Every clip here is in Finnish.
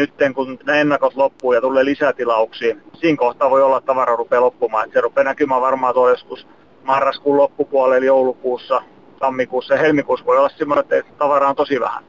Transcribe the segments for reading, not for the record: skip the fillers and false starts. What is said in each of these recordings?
nyt kun ne ennakot loppuu ja tulee lisätilauksia, siinä kohtaa voi olla, että tavara rupeaa loppumaan. Et se rupeaa näkymään varmaan tuolla joskus marraskuun loppupuolella, eli joulukuussa, tammikuussa ja helmikuussa voi olla semmoinen, että tavaraa on tosi vähän.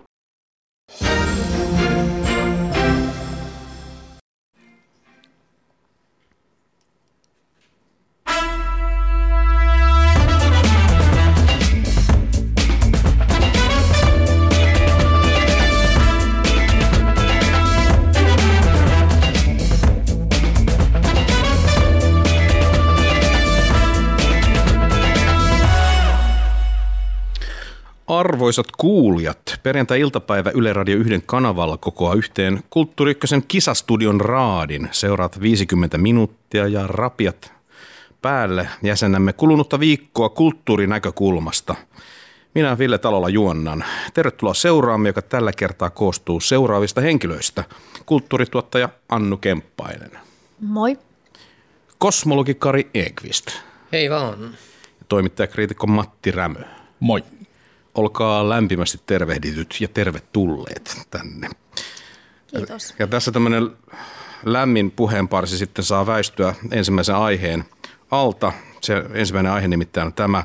Arvoisat kuulijat, perjantai-iltapäivä Yle Radio 1 kanavalla kokoaa yhteen Kulttuuri Ykkösen kisastudion raadin. Seuraat 50 minuuttia ja rapiat päälle jäsennämme kulunutta viikkoa kulttuurinäkökulmasta. Minä Ville Talola juonnan. Tervetuloa seuraamme, joka tällä kertaa koostuu seuraavista henkilöistä. Kulttuurituottaja Annu Kemppainen. Moi. Kosmologi Kari Ekvist. Hei vaan. Ja toimittajakriitikko Matti Rämö. Moi. Olkaa lämpimästi tervehdityt ja tervetulleet tänne. Kiitos. Ja tässä tämmöinen lämmin puheenparsi sitten saa väistyä ensimmäisen aiheen alta. Se ensimmäinen aihe nimittäin on tämä,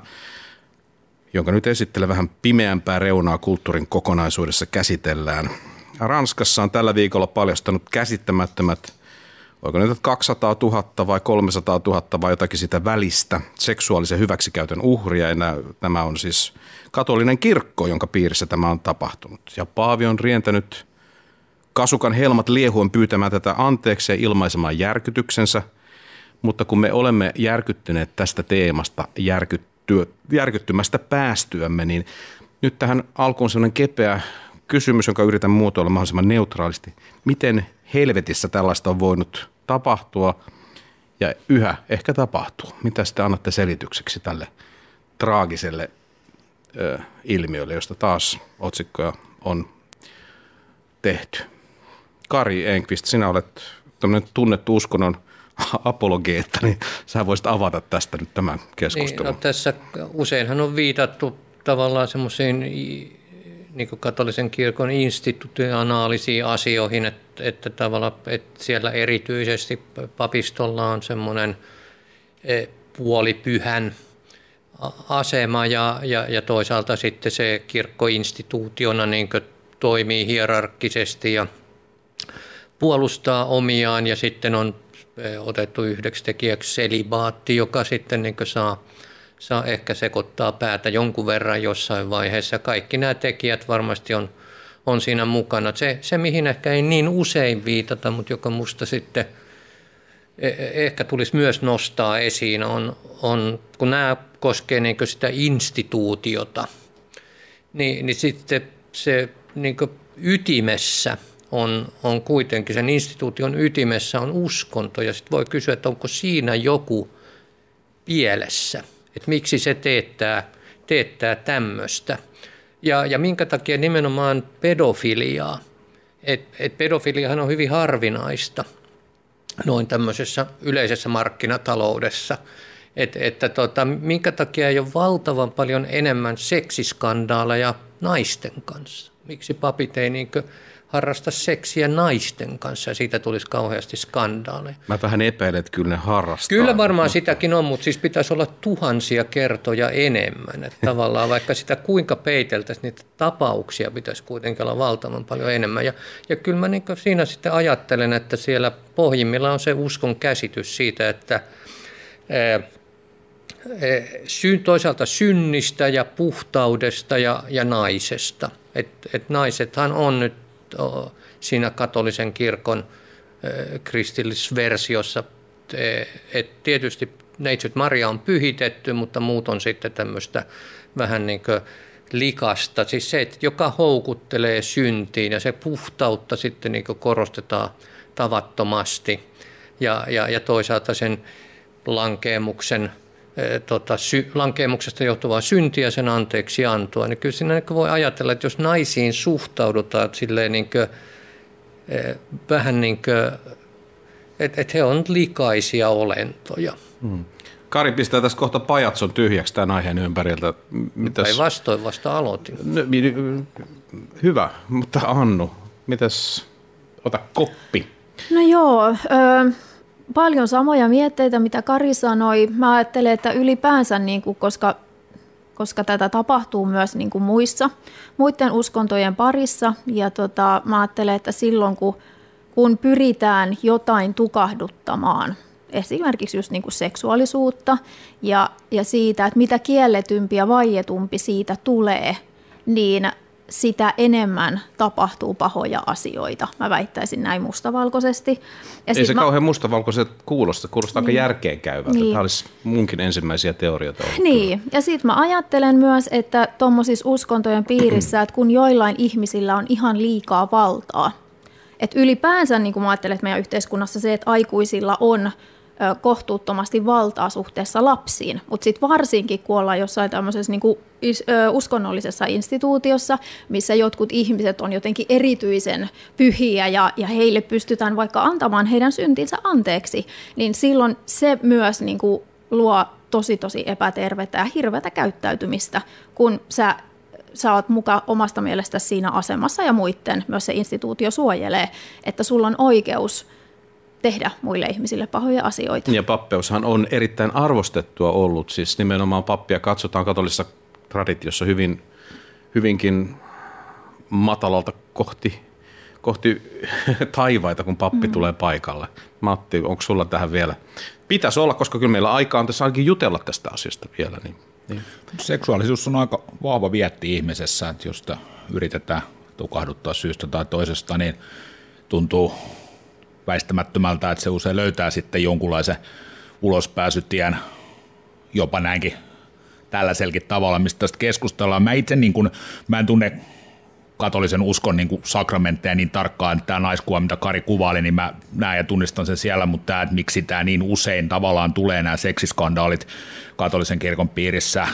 jonka nyt esittelen vähän pimeämpää reunaa kulttuurin kokonaisuudessa käsitellään. Ranskassa on tällä viikolla paljastanut käsittämättömät, oliko nyt 200 000 vai 300 000 vai jotakin sitä välistä seksuaalisen hyväksikäytön uhria. Ja tämä on siis katolinen kirkko, jonka piirissä tämä on tapahtunut. Ja paavi on rientänyt kasukan helmat liehuen pyytämään tätä anteeksi ja ilmaisemaan järkytyksensä. Mutta kun me olemme järkyttyneet tästä teemasta järkyttymästä päästyämme, niin nyt tähän alkuun sellainen kepeä kysymys, jonka yritän muotoilla mahdollisimman neutraalisti. Miten helvetissä tällaista on voinut tapahtua ja yhä ehkä tapahtuu? Mitä te annatte selitykseksi tälle traagiselle ilmiölle, josta taas otsikkoja on tehty? Kari Enqvist, sinä olet tämmöinen tunnettu uskonnon apologeetta, niin sä voisit avata tästä nyt tämän keskustelun. Niin, no tässä useinhan on viitattu tavallaan semmoisiin niin kuin katolisen kirkon institutionaalisiin asioihin, että tavallaan että siellä erityisesti papistolla on semmoinen puolipyhän asema ja toisaalta sitten se kirkko instituutiona niin kuin toimii hierarkkisesti ja puolustaa omiaan ja sitten on otettu yhdeksi tekijäksi selibaatti, joka sitten niin kuin saa ehkä sekoittaa päätä jonkun verran jossain vaiheessa. Kaikki nämä tekijät varmasti on siinä mukana. Se, mihin ehkä ei niin usein viitata, mutta joka musta sitten ehkä tulisi myös nostaa esiin, on kun nämä koskee niin kuin sitä instituutiota, niin sitten se niin kuin ytimessä on kuitenkin, sen instituution ytimessä on uskonto ja sitten voi kysyä, että onko siinä joku pielessä. Että miksi se teettää tämmöistä. Ja minkä takia nimenomaan pedofiliaa. Et pedofiliahan on hyvin harvinaista noin tämmöisessä yleisessä markkinataloudessa. Minkä takia ei ole valtavan paljon enemmän seksiskandaaleja naisten kanssa. Miksi papit ei niinkö harrasta seksiä naisten kanssa ja siitä tulisi kauheasti skandaaleja. Mä vähän epäilen, että kyllä ne harrastaa. Kyllä varmaan sitäkin on, mutta siis pitäisi olla tuhansia kertoja enemmän. Että tavallaan vaikka sitä kuinka peiteltäisiin, niitä tapauksia pitäisi kuitenkin olla valtavan paljon enemmän. Ja kyllä mä niin siinä sitten ajattelen, että siellä pohjimmilla on se uskon käsitys siitä, että toisaalta synnistä ja puhtaudesta ja naisesta. Et naisethan on nyt siinä katolisen kirkon kristillisversiossa, että tietysti neitsyt Maria on pyhitetty, mutta muut on sitten tämmöistä vähän niin kuin likasta. Siis se, että joka houkuttelee syntiin ja se puhtautta sitten niin kuin korostetaan tavattomasti ja toisaalta sen lankeemuksesta johtuvaa syntiä sen anteeksi antoa, niin kyllä siinä voi ajatella, että jos naisiin suhtaudutaan silleen niin kuin, vähän niin kuin, että he on likaisia olentoja. Kari pistää tässä kohta pajatson tyhjäksi tämän aiheen ympäriltä. Päinvastoin vasta aloitin. Hyvä, mutta Annu, mitäs ota koppi. No joo, paljon samoja mietteitä, mitä Kari sanoi. Mä ajattelen, että ylipäänsä, niin kuin, koska tätä tapahtuu myös niin kuin muiden uskontojen parissa, ja mä ajattelen, että silloin kun pyritään jotain tukahduttamaan, esimerkiksi just niin kuin seksuaalisuutta ja siitä, että mitä kielletympi ja vaietumpi siitä tulee, niin sitä enemmän tapahtuu pahoja asioita. Mä väittäisin näin mustavalkoisesti. Ja ei se kauhean mustavalkoiset kuulostaa aika järkeenkäyvältä. Niin. Tämä olisi munkin ensimmäisiä teorioita ollut. Niin, ja sitten mä ajattelen myös, että tuommoisissa uskontojen piirissä, että kun joillain ihmisillä on ihan liikaa valtaa, että ylipäänsä niin kuin mä ajattelen, että meidän yhteiskunnassa se, että aikuisilla on kohtuuttomasti valtaa suhteessa lapsiin, mutta sitten varsinkin kun ollaan jossain tämmöisessä niin kuin uskonnollisessa instituutiossa, missä jotkut ihmiset on jotenkin erityisen pyhiä ja heille pystytään vaikka antamaan heidän syntinsä anteeksi, niin silloin se myös niin kuin luo tosi epätervettä ja hirveätä käyttäytymistä, kun sä oot muka omasta mielestäsi siinä asemassa ja muiden myös se instituutio suojelee, että sulla on oikeus tehdä muille ihmisille pahoja asioita. Ja pappeushan on erittäin arvostettua ollut, siis nimenomaan pappia katsotaan katolisessa traditiossa hyvinkin matalalta kohti taivaita, kun pappi tulee paikalle. Matti, onko sulla tähän vielä? Pitäisi olla, koska kyllä meillä aika on tässä ainakin jutella tästä asiasta vielä. Niin. Seksuaalisuus on aika vahva vietti ihmisessä, että jos sitä yritetään tukahduttaa syystä tai toisesta, niin tuntuu väistämättömältä, että se usein löytää sitten jonkunlaisen ulospääsytien jopa näinkin tällaisellakin tavalla, mistä tästä keskustellaan. Mä itse mä en tunne katolisen uskon sakramentteja niin tarkkaan, tämä naiskuva, mitä Kari kuvaili, niin mä näen ja tunnistan sen siellä, mutta että miksi tämä niin usein tavallaan tulee nämä seksiskandaalit katolisen kirkon piirissä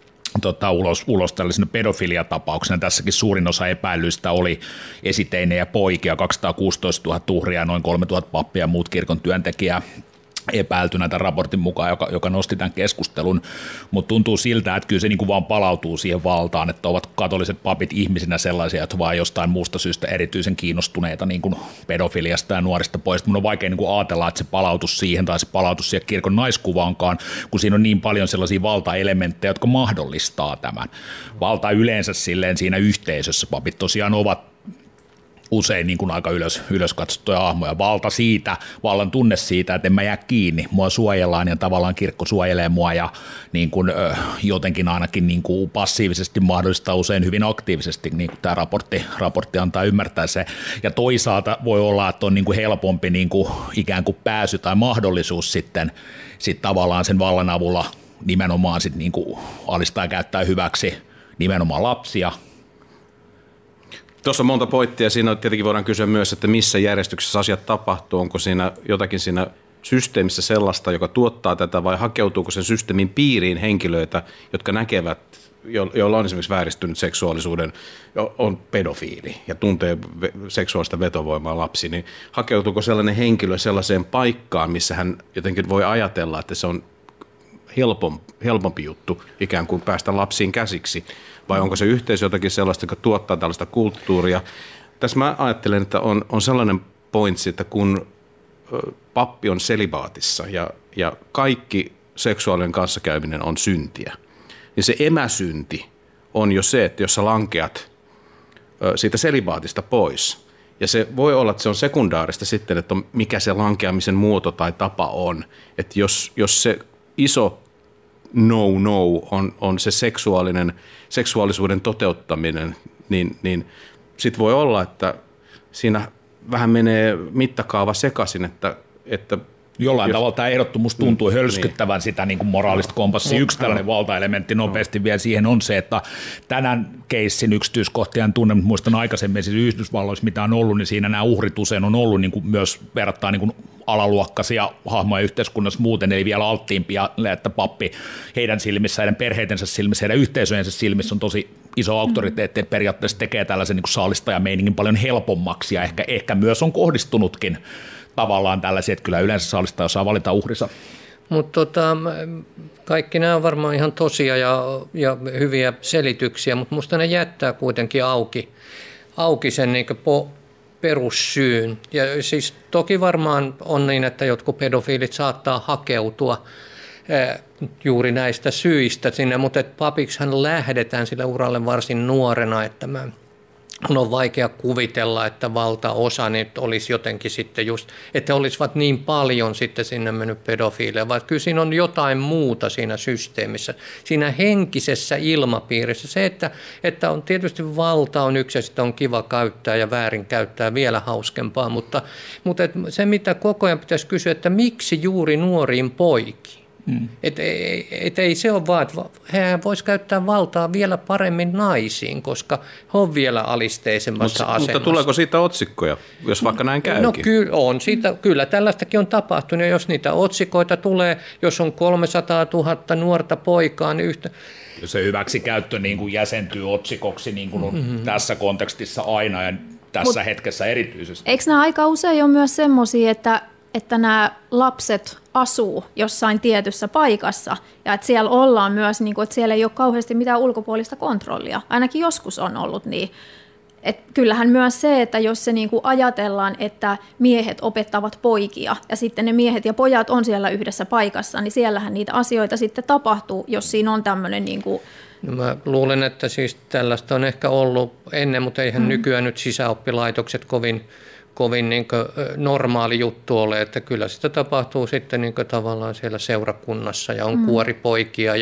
ulos tällaisena pedofiliatapauksena. Tässäkin suurin osa epäilyistä oli esiteinejä poikia, 216 000 uhria, noin 3 000 pappia ja muut kirkon työntekijää epäiltynä tämän raportin mukaan, joka nosti tämän keskustelun, mutta tuntuu siltä, että kyllä se vaan palautuu siihen valtaan, että ovat katoliset papit ihmisinä sellaisia, että vaan jostain muusta syystä erityisen kiinnostuneita pedofiliasta ja nuorista pois. Mun on vaikea ajatella, että se palautus siihen tai se palautus siihen kirkon naiskuvaankaan, kun siinä on niin paljon sellaisia valtaelementtejä, jotka mahdollistaa tämän. Valta yleensä silleen siinä yhteisössä, papit tosiaan ovat usein aika ylös katsottuja hahmoja. Vallan tunne siitä, että en mä jää kiinni, mua suojellaan ja tavallaan kirkko suojelee mua ja jotenkin ainakin passiivisesti mahdollistaa usein hyvin aktiivisesti, niin kuin tämä raportti antaa ymmärtää se. Ja toisaalta voi olla, että on helpompi ikään kuin pääsy tai mahdollisuus sitten tavallaan sen vallan avulla nimenomaan sitten alistaa ja käyttää hyväksi nimenomaan lapsia. Tuossa on monta pointtia. Siinä tietenkin voidaan kysyä myös, että missä järjestyksessä asiat tapahtuu. Onko siinä jotakin siinä systeemissä sellaista, joka tuottaa tätä, vai hakeutuuko sen systeemin piiriin henkilöitä, jotka näkevät, joilla on esimerkiksi vääristynyt seksuaalisuuden, on pedofiili ja tuntee seksuaalista vetovoimaa lapsi, niin hakeutuuko sellainen henkilö sellaiseen paikkaan, missä hän jotenkin voi ajatella, että se on helpompi juttu ikään kuin päästä lapsiin käsiksi, vai onko se yhteisö jotakin sellaista, joka tuottaa tällaista kulttuuria. Tässä mä ajattelen, että on sellainen pointsi, että kun pappi on selibaatissa ja kaikki seksuaalinen kanssakäyminen on syntiä, niin se emäsynti on jo se, että jos sä lankeat siitä selibaatista pois, ja se voi olla, että se on sekundaarista sitten, että mikä se lankeamisen muoto tai tapa on, että jos se iso no on se seksuaalisuuden toteuttaminen, niin sit voi olla, että siinä vähän menee mittakaava sekaisin, että jollain tavalla tämä ehdottomuus tuntuu hölskyttävän sitä moraalista kompassia. Yksi tällainen valtaelementti nopeasti vielä siihen on se, että tänään keissin yksityiskohtia en tunne, mutta muistan aikaisemmin siis Yhdysvalloissa, mitä on ollut, niin siinä nämä uhrit usein on ollut myös verrattain alaluokkaisia hahmoja yhteiskunnassa muuten, eli vielä alttiimpia, että pappi heidän silmissä, heidän perheidensä silmissä, heidän yhteisöjensä silmissä on tosi iso auktoriteetti, että periaatteessa tekee tällaisen saalistajameiningin paljon helpommaksi ja ehkä myös on kohdistunutkin tavallaan tällaisia, että kyllä yleensä saalistaja osaa valita uhrinsa. Mutta kaikki nämä on varmaan ihan tosia ja hyviä selityksiä, mutta musta ne jättää kuitenkin auki sen perussyyn. Ja siis toki varmaan on niin, että jotkut pedofiilit saattaa hakeutua juuri näistä syistä sinne, mutta papiksihan lähdetään sille uralle varsin nuorena, että on vaikea kuvitella, että valtaosa niin olisi jotenkin sitten just, että olisivat niin paljon sitten sinne mennyt pedofiileja, vaan kyllä siinä on jotain muuta siinä systeemissä, siinä henkisessä ilmapiirissä. Se, että on tietysti valta on yksi ja sitä on kiva käyttää ja väärin käyttää vielä hauskempaa, mutta se mitä koko ajan pitäisi kysyä, että miksi juuri nuoriin poikiin? Ei se ole vaan, että he voisivat käyttää valtaa vielä paremmin naisiin, koska he on vielä alisteisemmassa asemassa. Mutta tuleeko siitä otsikkoja, jos vaikka näin käykin? No kyllä tällaistakin on tapahtunut, ja jos niitä otsikoita tulee, jos on 300 000 nuorta poikaa, niin yhtä... Jos se hyväksikäyttö niin kuin jäsentyy otsikoksi niin kuin on tässä kontekstissa aina ja tässä hetkessä erityisesti. Eikö nämä aika usein ole myös semmoisia, että nämä lapset asuu jossain tietyssä paikassa ja että siellä ollaan myös, niin kuin, että siellä ei ole kauheasti mitään ulkopuolista kontrollia. Ainakin joskus on ollut niin. Et kyllähän myös se, että jos se niin kuin ajatellaan, että miehet opettavat poikia ja sitten ne miehet ja pojat on siellä yhdessä paikassa, niin siellähän niitä asioita sitten tapahtuu, jos siinä on tämmöinen... Niin kuin no mä luulen, että siis tällaista on ehkä ollut ennen, mutta eihän nykyään nyt sisäoppilaitokset kovin niin kuin normaali juttu ole, että kyllä sitä tapahtuu sitten niin kuin tavallaan siellä seurakunnassa ja on kuoripoikia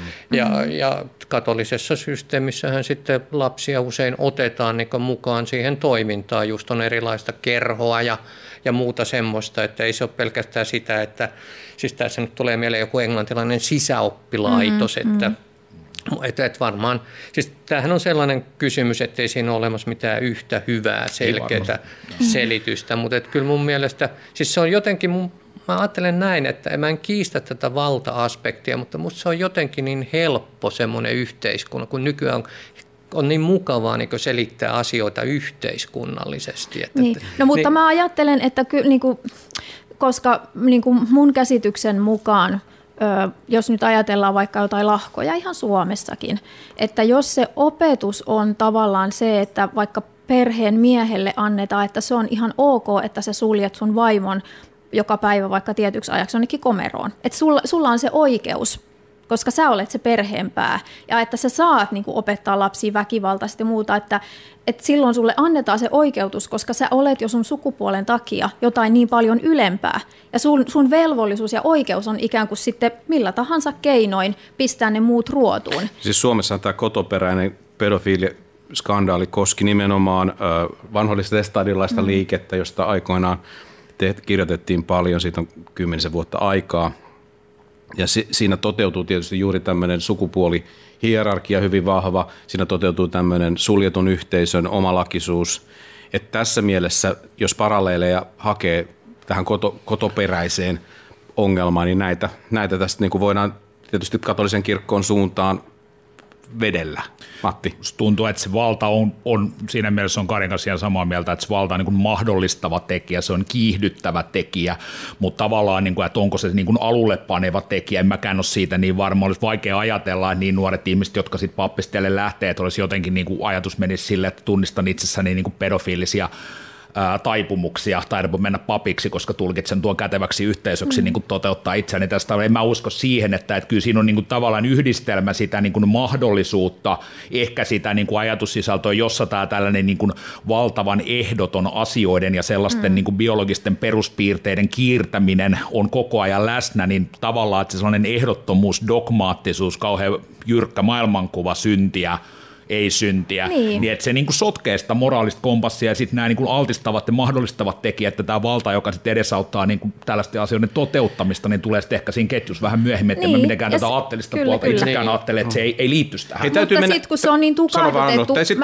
ja katolisessa systeemissähän sitten lapsia usein otetaan niin kuin mukaan siihen toimintaan, just on erilaista kerhoa ja muuta semmoista, että ei se ole pelkästään sitä, että siis tässä nyt tulee mieleen joku englantilainen sisäoppilaitos, että varmaan, siis tämähän on sellainen kysymys, ettei siinä ole olemassa mitään yhtä hyvää selkeää selitystä, mutta kyllä mun mielestä, siis se on jotenkin, mä ajattelen näin, että mä en kiistä tätä valta-aspektia, mutta musta se on jotenkin niin helppo semmoinen yhteiskunta, kun nykyään on niin mukavaa niin selittää asioita yhteiskunnallisesti. Mutta mä ajattelen, että koska mun käsityksen mukaan, jos nyt ajatellaan vaikka jotain lahkoja ihan Suomessakin, että jos se opetus on tavallaan se, että vaikka perheen miehelle annetaan, että se on ihan ok, että sä suljet sun vaimon joka päivä vaikka tietyksi ajaksi jonnekin komeroon. Että sulla on se oikeus, koska sä olet se perheenpää ja että sä saat niin kuin opettaa lapsia väkivaltaisesti ja muuta, että silloin sulle annetaan se oikeutus, koska sä olet jo sun sukupuolen takia jotain niin paljon ylempää. Ja sun velvollisuus ja oikeus on ikään kuin sitten millä tahansa keinoin pistää ne muut ruotuun. Siis Suomessa tämä kotoperäinen pedofiiliskandaali koski nimenomaan vanhoillista estadilaista liikettä, josta aikoinaan kirjoitettiin paljon, siitä on 10 vuotta aikaa. Ja siinä toteutuu tietysti juuri tämmöinen sukupuolihierarkia hyvin vahva, siinä toteutuu tämmöinen suljetun yhteisön omalakisuus. Että tässä mielessä, jos paralleeleja hakee tähän kotoperäiseen ongelmaan, niin näitä tästä niin kuin voidaan tietysti katolisen kirkkoon suuntaan vedellä. Matti? Tuntuu, että se valta on siinä mielessä on Karin kanssa ihan samaa mieltä, että se valta on niin kuin mahdollistava tekijä, se on kiihdyttävä tekijä, mutta tavallaan, niin kuin, että onko se niin kuin alulle paneva tekijä, en mäkään ole siitä niin varma, olisi vaikea ajatella, että niin nuoret ihmiset, jotka sitten pappisteelle lähtee, että olisi jotenkin niin kuin ajatus menisi sille, että tunnistan itsessäni niin kuin pedofiilisia taipumuksia, taidaanpa mennä papiksi, koska tulkitsen tuon käteväksi yhteisöksi niin kuin toteuttaa itseäni tästä. En mä usko siihen, että kyllä siinä on niin kuin tavallaan yhdistelmä sitä niin kuin mahdollisuutta, ehkä sitä niin kuin ajatussisältöä, jossa tämä tällainen niin kuin valtavan ehdoton asioiden ja sellaisten niin kuin biologisten peruspiirteiden kiirtäminen on koko ajan läsnä, niin tavallaan, että se sellainen ehdottomuus, dogmaattisuus, kauhean jyrkkä maailmankuva syntiä, ei syntiä, niin että se niin kuin sotkee sitä moraalista kompassia ja sitten nämä niin kuin altistavat ja mahdollistavat tekijät, että tämä valta, joka sitten edesauttaa niin kuin tällaisten asioiden toteuttamista, niin tulee sitten ehkä siinä ketjussa vähän myöhemmin, että en mä mitenkään tätä aatteellista puolta itsekään ajattele, että se ei liittyisi tähän. Mutta sitten kun se on niin tukahdutettu, ja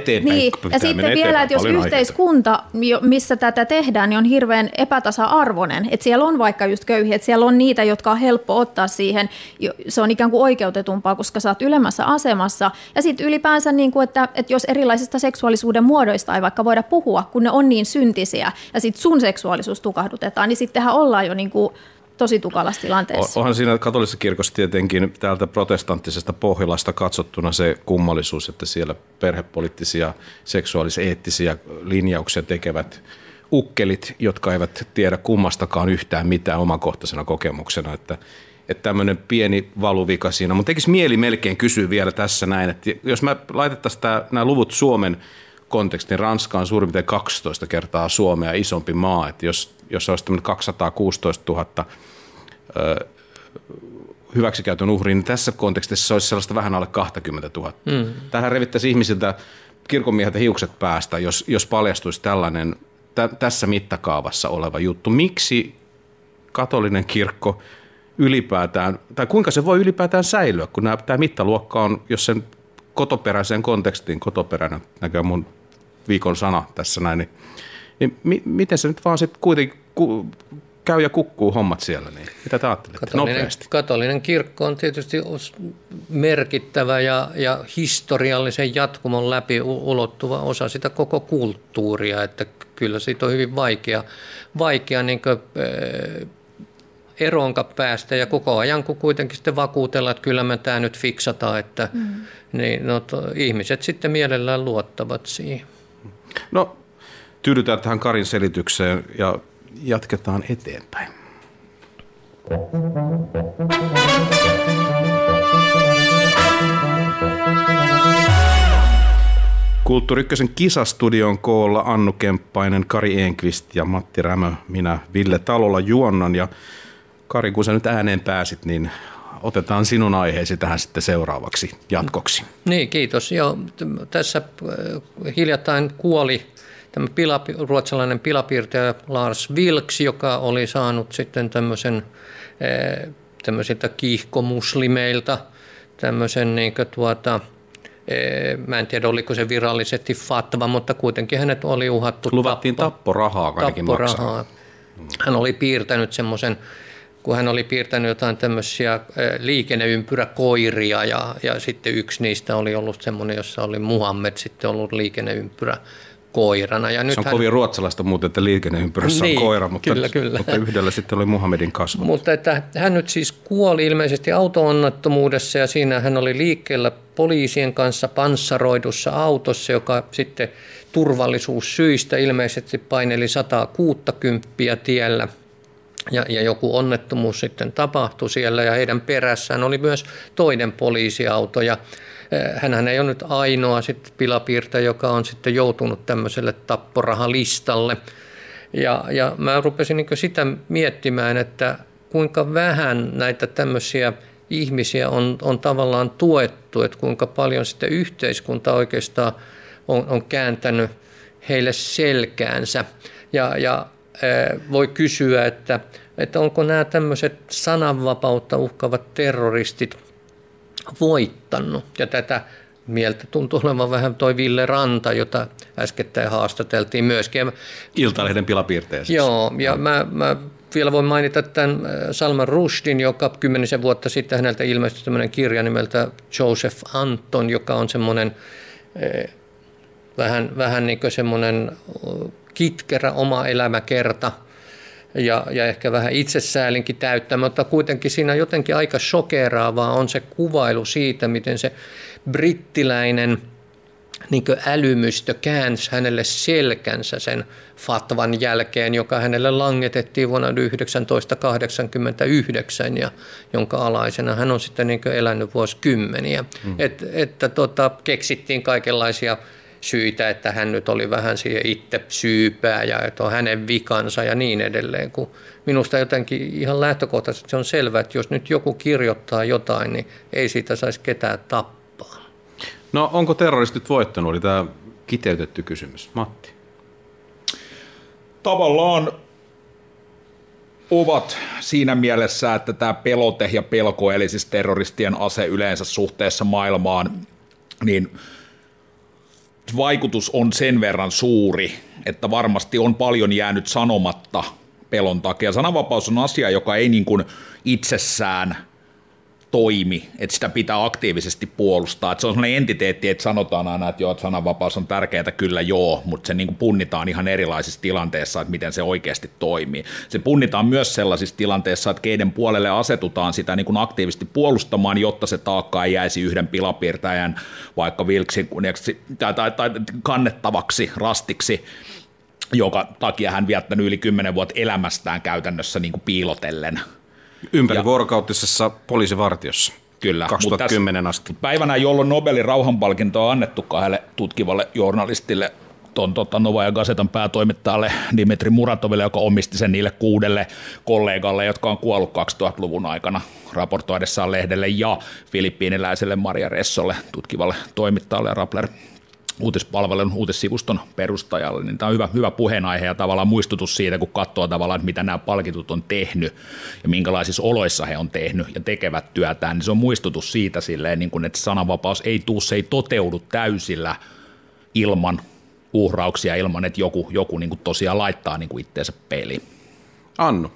sitten vielä, että jos yhteiskunta, missä tätä tehdään, niin on hirveän epätasa-arvoinen, että siellä on vaikka just köyhiä, että siellä on niitä, jotka on helppo ottaa siihen, se on ikään kuin oikeutetumpaa, koska sä oot ylemmässä asemassa, ja sitten ylipäänsä niin kuin, että jos erilaisista seksuaalisuuden muodoista ei vaikka voida puhua, kun ne on niin syntisiä, ja sitten sun seksuaalisuus tukahdutetaan, niin sittenhän ollaan jo niin kuin tosi tukalassa tilanteessa. Onhan siinä katolisessa kirkossa tietenkin täältä protestanttisesta Pohjolasta katsottuna se kummallisuus, että siellä perhepoliittisia, seksuaalis-eettisiä linjauksia tekevät ukkelit, jotka eivät tiedä kummastakaan yhtään mitään omakohtaisena kokemuksena, että tämmöinen pieni valuvika siinä. Mutta tekisi mieli melkein kysyä vielä tässä näin, että jos mä laitettaisiin nämä luvut Suomen kontekstin, Ranska on suurin piirtein 12 kertaa Suomea isompi maa, että jos olisi tämmöinen 216 000 hyväksikäytön uhria, niin tässä kontekstissa se olisi sellaista vähän alle 20 000. Tähän revittäisi ihmisiltä kirkonmieheltä hiukset päästä, jos paljastuisi tällainen tässä mittakaavassa oleva juttu. Miksi katolinen kirkko ylipäätään, tai kuinka se voi ylipäätään säilyä, kun tämä mittaluokka on, jos sen kotoperäiseen kontekstiin, kotoperäinen näköjään mun viikon sana tässä näin, niin miten se nyt vaan sitten kuitenkin käy ja kukkuu hommat siellä, niin mitä te ajattelette nopeasti? Katolinen kirkko on tietysti merkittävä ja historiallisen jatkumon läpi ulottuva osa sitä koko kulttuuria, että kyllä siitä on hyvin vaikea niin kuin, eroonka päästä ja koko ajan kun kuitenkin sitten vakuutella, että kyllä me tämä nyt fiksataan, että niin, ihmiset sitten mielellään luottavat siihen. No, tyydytään tähän Karin selitykseen ja jatketaan eteenpäin. Kulttuuri Ykkösen kisastudion koolla Annu Kemppainen, Kari Enqvist ja Matti Rämö, minä Ville Talola juonnan. Ja Kari, kun sä nyt ääneen pääsit, niin otetaan sinun aiheesi tähän sitten seuraavaksi jatkoksi. Niin, kiitos. Joo, tässä hiljattain kuoli tämä ruotsalainen pilapiirtäjä Lars Vilks, joka oli saanut sitten tämmöisiltä kiihkomuslimeilta tämmöisen mä en tiedä, oliko se virallisesti fatva, mutta kuitenkin hänet oli uhattu. Luvattiin tapporahaa kaikki maksaa. Hän oli piirtänyt semmoisen, kun hän oli piirtänyt jotain tämmöisiä liikenneympyräkoiria ja sitten yksi niistä oli ollut semmoinen, jossa oli Muhammed sitten ollut liikenneympyräkoirana. Ja se on kovin ruotsalaista muuten, että liikenneympyrässä on koira, mutta yhdellä sitten oli Muhammedin kasvot. Mutta että hän nyt siis kuoli ilmeisesti auto-onnettomuudessa ja siinä hän oli liikkeellä poliisien kanssa panssaroidussa autossa, joka sitten turvallisuussyistä ilmeisesti paineli 160 tiellä. Ja joku onnettomuus sitten tapahtui siellä ja heidän perässään oli myös toinen poliisiauto ja hänhän ei ole nyt ainoa sitten pilapiirtäjä, joka on sitten joutunut tämmöiselle tapporahalistalle. Ja mä rupesin niin sitä miettimään, että kuinka vähän näitä tämmöisiä ihmisiä on tavallaan tuettu, että kuinka paljon sitten yhteiskunta oikeastaan on kääntänyt heille selkäänsä ja voi kysyä, että onko nämä tämmöiset sananvapautta uhkaavat terroristit voittanut. Ja tätä mieltä tuntuu olevan vähän toi Ville Ranta, jota äskettäin haastateltiin myöskin. Iltalehden pilapiirtäjä siis. Joo, ja mä vielä voin mainita tämän Salman Rushhdin, joka 10 vuotta sitten häneltä ilmestyi tämmöinen kirja nimeltä Joseph Anton, joka on semmoinen vähän niin kuin semmoinen kitkerä oma elämäkerta ja ehkä vähän itsesäälinkin täyttämä, mutta kuitenkin siinä jotenkin aika shokeraavaa on se kuvailu siitä, miten se brittiläinen niin kuin älymystö käänsi hänelle selkänsä sen fatvan jälkeen, joka hänelle langetettiin vuonna 1989 ja jonka alaisena hän on sitten niin kuin elänyt vuosikymmeniä. Että keksittiin kaikenlaisia syitä, että hän nyt oli vähän siihen itse syypää ja että on hänen vikansa ja niin edelleen. Kun minusta jotenkin ihan lähtökohtaisesti se on selvää, että jos nyt joku kirjoittaa jotain, niin ei siitä saisi ketään tappaa. No onko terroristit voittanut? Oli tämä kiteytetty kysymys. Matti. Tavallaan ovat siinä mielessä, että tämä pelote ja pelko, eli siis terroristien ase yleensä suhteessa maailmaan, niin vaikutus on sen verran suuri, että varmasti on paljon jäänyt sanomatta pelon takia. Sananvapaus on asia, joka ei niin kuin itsessään toimi, että sitä pitää aktiivisesti puolustaa. Että se on sellainen entiteetti, että sanotaan aina, että joo, että sananvapaus on tärkeää, kyllä joo, mutta se niin kuin punnitaan ihan erilaisissa tilanteissa, että miten se oikeasti toimii. Se punnitaan myös sellaisissa tilanteissa, että keiden puolelle asetutaan sitä niin kuin aktiivisesti puolustamaan, jotta se taakka ei jäisi yhden pilapiirtäjän vaikka vilksikunniaksi tai kannettavaksi rastiksi, joka takia hän viettänyt yli 10 vuotta elämästään käytännössä niin kuin piilotellen. Ympärivuorokautisessa poliisivartiossa. Kyllä, 2010 asti. Päivänä, jolloin Nobelin rauhanpalkinto on annettu kahdelle tutkivalle journalistille, Novaja Gazetan päätoimittajalle Dmitri Muratoville, joka omisti sen niille 6 kollegalle, jotka on kuollut 2000-luvun aikana raportoidessaan lehdelle, ja filippiiniläiselle Maria Ressolle, tutkivalle toimittajalle ja Rappler uutispalvelun uutissivuston perustajalle, niin tämä on hyvä puheenaihe ja tavallaan muistutus siitä, kun katsoo tavallaan, että mitä nämä palkitut on tehnyt ja minkälaisissa oloissa he on tehnyt ja tekevät työtään, niin se on muistutus siitä silleen, niin kuin, että sananvapaus se ei toteudu täysillä ilman uhrauksia, ilman, että joku niin kuin tosiaan laittaa niin kuin itteensä peliin. Annu.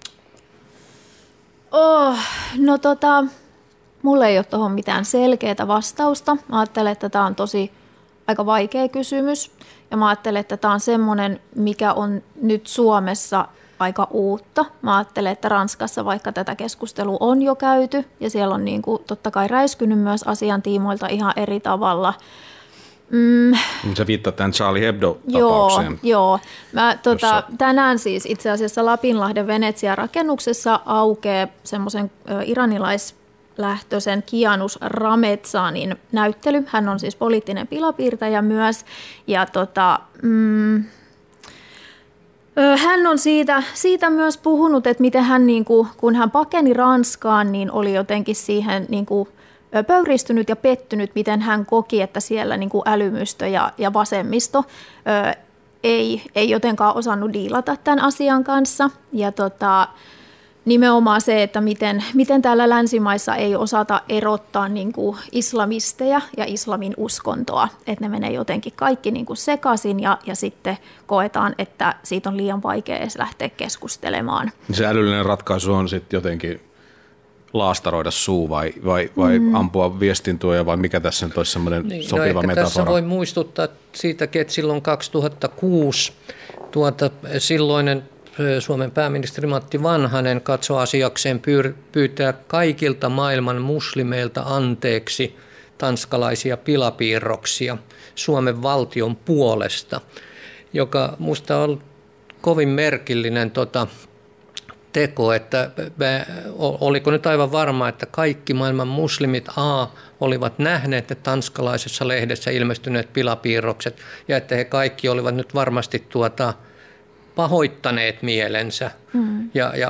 Mulla ei ole tuohon mitään selkeää vastausta. Mä ajattelen, että tämä on aika vaikea kysymys. Ja mä ajattelen, että tämä on semmoinen, mikä on nyt Suomessa aika uutta. Mä ajattelen, että Ranskassa vaikka tätä keskustelua on jo käyty, ja siellä on niin kuin totta kai räiskynyt myös asiantiimoilta ihan eri tavalla. Se viittaa tämän Charlie Hebdo-tapaukseen. Joo. Tänään siis itse asiassa Lapinlahden Venetsia-rakennuksessa aukeaa semmoisen iranilaislähtöisen Kianus Rametsanin näyttely. Hän on siis poliittinen pilapiirtäjä myös. Ja hän on siitä myös puhunut, että miten hän, kun hän pakeni Ranskaan, niin oli jotenkin siihen pöyristynyt ja pettynyt, miten hän koki, että siellä älymystö ja vasemmisto ei jotenkaan osannut diilata tämän asian kanssa. Ja nimenomaan se, että miten täällä länsimaissa ei osata erottaa islamisteja ja islamin uskontoa, että ne menee jotenkin kaikki sekaisin ja sitten koetaan, että siitä on liian vaikea edes lähteä keskustelemaan. Se älyllinen ratkaisu on sitten jotenkin laastaroida suu vai ampua viestintuoja vai mikä tässä nyt olisi semmoinen sopiva metafora? Tässä voi muistuttaa siitäkin, että silloin 2006 silloinen Suomen pääministeri Matti Vanhanen katsoi asiakseen pyytää kaikilta maailman muslimeilta anteeksi tanskalaisia pilapiirroksia Suomen valtion puolesta, joka musta on kovin merkillinen teko, että oliko nyt aivan varma, että kaikki maailman muslimit olivat nähneet ne tanskalaisessa lehdessä ilmestyneet pilapiirrokset ja että he kaikki olivat nyt varmasti pahoittaneet mielensä. Ja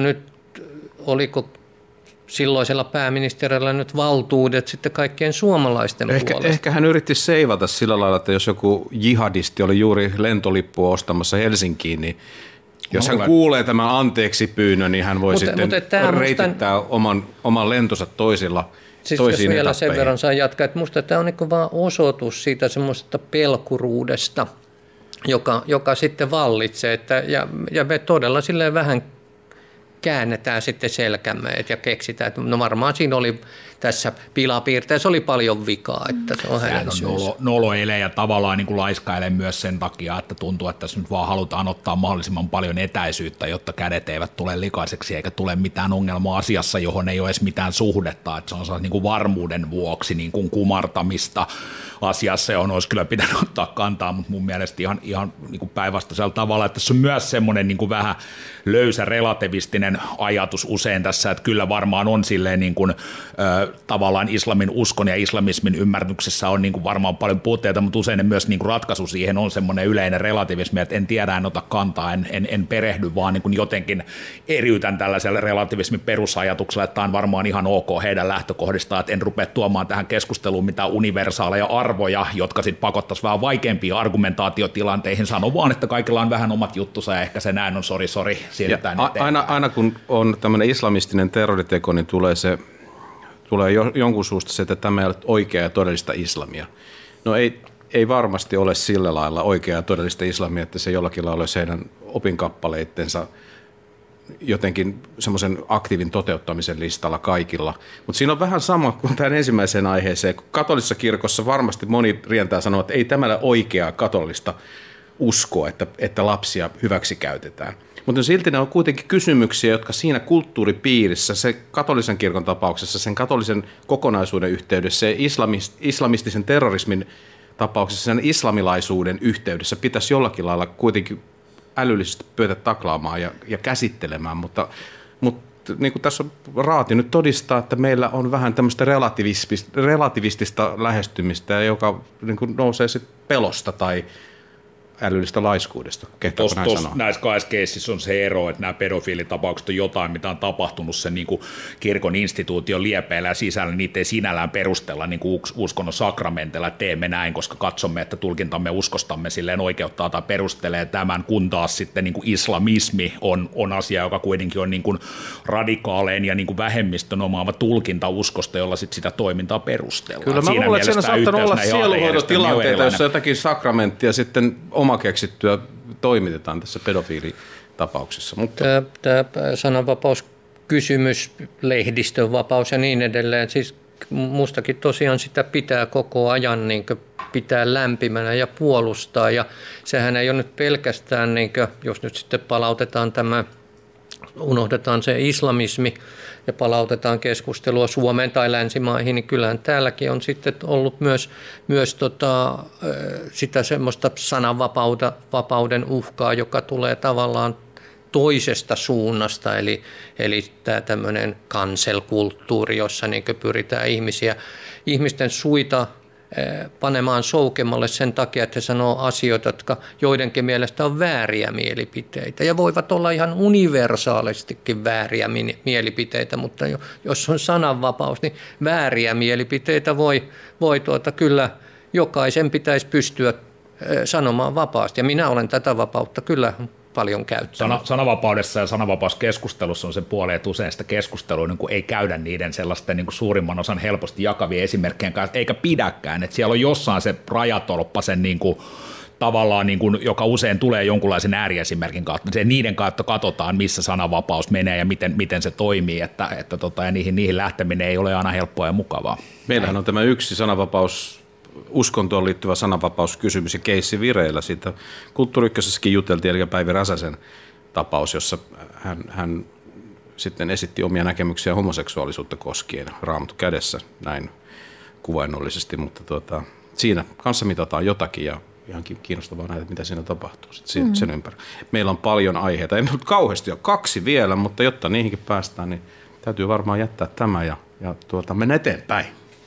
oliko silloisella pääministerillä nyt valtuudet sitten kaikkien suomalaisten puolesta? Ehkä hän yritti seivata sillä lailla, että jos joku jihadisti oli juuri lentolippua ostamassa Helsinkiin, niin jos hän kuulee tämän anteeksi pyynnön, niin hän voi sitten reitittää oman lentonsa toisiin jos vielä sen verran saa jatkaa, että minusta tämä on vaan osoitus siitä semmoisesta pelkuruudesta, joka sitten vallitsee, ja me todella silleen vähän käännetään sitten selkämme ja keksitään, että no varmaan siinä oli tässä pilapiirteessä oli paljon vikaa, että se on hänen syynsä. Noloilee ja tavallaan niin kuin laiskailee myös sen takia, että tuntuu, että tässä nyt vaan halutaan ottaa mahdollisimman paljon etäisyyttä, jotta kädet eivät tule likaiseksi eikä tule mitään ongelmaa asiassa, johon ei ole edes mitään suhdetta, että se on niin kuin varmuuden vuoksi niin kuin kumartamista asiassa, johon olisi kyllä pitänyt ottaa kantaa, mutta mun mielestä ihan niin kuin päinvastaisella tavalla, että tässä on myös semmoinen niin kuin vähän löysä relativistinen ajatus usein tässä, että kyllä varmaan on silleen niin kuin, tavallaan islamin uskon ja islamismin ymmärryksessä on niin kuin varmaan paljon puutteita, mutta usein myös niin kuin ratkaisu siihen on semmoinen yleinen relativismi, että en tiedä, en ota kantaa, en perehdy, vaan niin kuin jotenkin eriytän tällaisella relativismin perusajatuksella, että tämä on varmaan ihan ok heidän lähtökohdistaan, että en rupea tuomaan tähän keskusteluun mitään universaaleja arvoja, jotka sitten pakottaisiin vähän vaikeampiin argumentaatiotilanteihin, sano vaan, että kaikilla on vähän omat juttusa ja ehkä se näin on sori, siirrytään aina kun on tämmöinen islamistinen terroriteko, niin tulee jonkun suusta se, että tämä ei ole oikeaa ja todellista islamia. No ei varmasti ole sillä lailla oikeaa ja todellista islamia, että se jollakin lailla olisi heidän opinkappaleidensa jotenkin semmoisen aktiivin toteuttamisen listalla kaikilla. Mutta siinä on vähän sama kuin tähän ensimmäiseen aiheeseen. Katolisessa kirkossa varmasti moni rientää sanoa, että ei tämä ole oikeaa katolista uskoa, että lapsia hyväksi käytetään. Mutta silti ne on kuitenkin kysymyksiä, jotka siinä kulttuuripiirissä, se katolisen kirkon tapauksessa, sen katolisen kokonaisuuden yhteydessä, se islamistisen terrorismin tapauksessa, sen islamilaisuuden yhteydessä pitäisi jollakin lailla kuitenkin älyllisesti pyötä taklaamaan ja käsittelemään, mutta niin kuin tässä Raati nyt todistaa, että meillä on vähän tämmöistä relativistista lähestymistä, joka niin kuin nousee sitten pelosta tai älyllistä laiskuudesta. Näissä kahdessa keississä on se ero, että nämä pedofiilitapaukset on jotain, mitä on tapahtunut sen niin kuin kirkon instituution liepeillä ja sisällä, niitä ei sinällään perustella niin kuin uskonnon sakramentilla, että teemme näin, koska katsomme, että tulkintamme uskostamme silleen oikeuttaa tai perustelee tämän, kun taas sitten niin kuin islamismi on asia, joka kuitenkin on niin kuin radikaalein ja niin kuin vähemmistön omaava tulkinta uskosta, jolla sitten sitä toimintaa perustellaan. Kyllä mä luulen, että siinä saattanut olla sieluhoitotilanteita, jossa jotakin sakramenttia sitten omakeksittyä toimitetaan tässä pedofiilitapauksessa. Mutta Tämä sananvapauskysymys, lehdistön vapaus ja niin edelleen, siis mustakin tosiaan sitä pitää koko ajan niin pitää lämpimänä ja puolustaa, ja sehän ei ole nyt pelkästään, niin kuin, jos nyt sitten palautetaan unohdetaan se islamismi ja palautetaan keskustelua Suomeen tai länsimaihin, niin kyllähän täälläkin on sitten ollut myös sitä semmoista sananvapauden uhkaa, joka tulee tavallaan toisesta suunnasta, eli tämä tämmöinen cancel-kulttuuri, jossa niin pyritään ihmisten suita panemaan soukemalle sen takia, että he sanoo asioita, jotka joidenkin mielestä on vääriä mielipiteitä ja voivat olla ihan universaalistikin vääriä mielipiteitä, mutta jos on sananvapaus, niin vääriä mielipiteitä voi kyllä jokaisen pitäisi pystyä sanomaan vapaasti, ja minä olen tätä vapautta kyllä paljon käyttänyt. Sananvapaudessa ja sananvapauskeskustelussa on se puoli, että usein sitä keskustelua niin kuin ei käydä niiden sellaisten niin kuin suurimman osan helposti jakavien esimerkkien kanssa, eikä pidäkään. Että siellä on jossain se rajatolppa sen niin kuin, tavallaan, niin kuin, joka usein tulee jonkunlaisen ääriesimerkin kautta. Niiden kautta katsotaan, missä sananvapaus menee ja miten se toimii, ja niihin lähteminen ei ole aina helppoa ja mukavaa. Meillähän on tämä yksi sananvapaus, uskontoon liittyvä sananvapauskysymys ja keissi vireillä. Siitä Kulttuuri Ykkösessäkin juteltiin, eli Päivi Räsäsen tapaus, jossa hän sitten esitti omia näkemyksiä homoseksuaalisuutta koskien Raamattu kädessä, näin kuvainnollisesti, mutta siinä kanssa mitataan jotakin ja ihan kiinnostavaa nähdä, mitä siinä tapahtuu sen ympärillä. Meillä on paljon aiheita, ei nyt kauheasti ole 2 vielä, mutta jotta niihinkin päästään, niin täytyy varmaan jättää tämä ja mennä eteenpäin.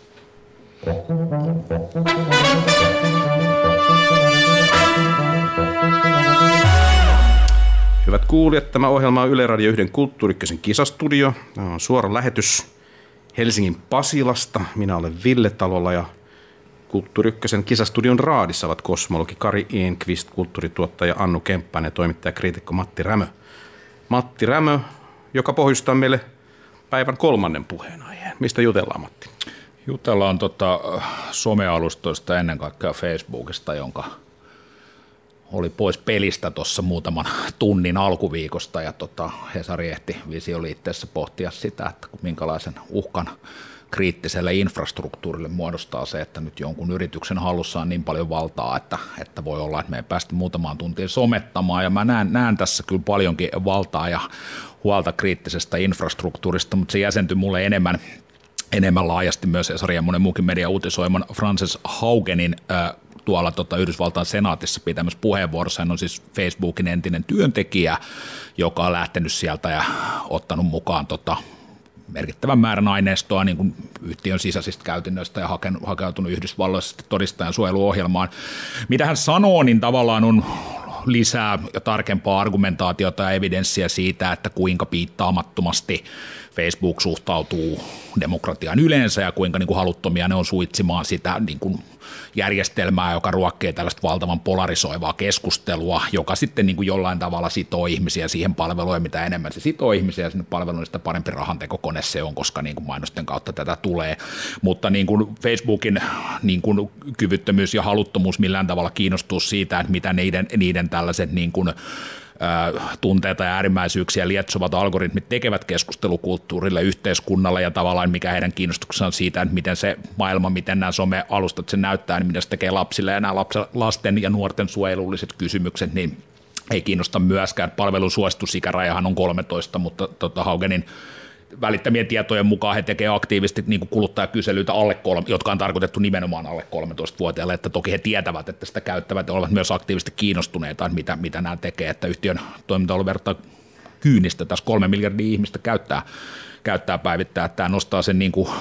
Hyvät kuulijat, tämä ohjelma on Yle Radio 1 Kulttuuri Ykkösen kisastudio. Tämä on suora lähetys Helsingin Pasilasta. Minä olen Ville Talola ja Kulttuuri Ykkösen kisastudion raadissa ovat kosmologi Kari Enqvist, kulttuurituottaja Annu Kemppainen ja toimittaja-kriitikko Matti Rämö. Matti Rämö, joka pohjustaa meille päivän 3. puheenaiheen. Mistä jutellaan, Matti? Jutellaan somealustoista, ennen kaikkea Facebookista, jonka oli pois pelistä tuossa muutaman tunnin alkuviikosta, ja Hesari ehti Visioliitteessä pohtia sitä, että minkälaisen uhkan kriittiselle infrastruktuurille muodostaa se, että nyt jonkun yrityksen hallussa on niin paljon valtaa, että voi olla, että me ei päästä muutamaan tuntiin somettamaan, ja mä näen tässä kyllä paljonkin valtaa ja huolta kriittisestä infrastruktuurista, mutta se jäsentyi mulle enemmän laajasti myös Hesari ja monen muukin median uutisoiman Frances Haugenin tuolla Yhdysvaltain senaatissa pitämässä puheenvuorossa. Hän on siis Facebookin entinen työntekijä, joka on lähtenyt sieltä ja ottanut mukaan merkittävän määrän aineistoa niin kuin yhtiön sisäisistä käytännöistä ja hakeutunut Yhdysvalloissa todistajan suojeluohjelmaan. Mitä hän sanoo, niin tavallaan on lisää ja tarkempaa argumentaatiota ja evidenssiä siitä, että kuinka piittaamattomasti Facebook suhtautuu demokratiaan yleensä ja kuinka niin kuin haluttomia ne on suitsimaan sitä niin kuin järjestelmää, joka ruokkii tällaista valtavan polarisoivaa keskustelua, joka sitten niin kuin jollain tavalla sitoo ihmisiä siihen palveluun, ja mitä enemmän se sitoo ihmisiä sinne palveluun, niin sitä parempi rahantekokone se on, koska niin kuin mainosten kautta tätä tulee. Mutta niin kuin Facebookin niin kuin kyvyttömyys ja haluttomuus millään tavalla kiinnostua siitä, että mitä niiden tällaiset niin kuin tunteita ja äärimmäisyyksiä lietsovat algoritmit tekevät keskustelukulttuurille, yhteiskunnalle ja tavallaan mikä heidän kiinnostuksensa on siitä, että miten se maailma, miten nämä somealustat se näyttää, niin mitä se tekee lapsille ja nämä lasten ja nuorten suojelulliset kysymykset, niin ei kiinnosta myöskään. Palvelun suositusikärajahan on 13, mutta Haugenin välittämien tietojen mukaan he tekevät aktiivisesti niin kuin kuluttajakyselyitä jotka on tarkoitettu nimenomaan alle 13-vuotiaille, että toki he tietävät, että sitä käyttävät ja ovat myös aktiivisesti kiinnostuneita, että mitä nämä tekee, että yhtiön toiminta on ollut verran kyynistä, tässä 3 miljardia ihmistä käyttää päivittäin, että tämä nostaa sen niin kuin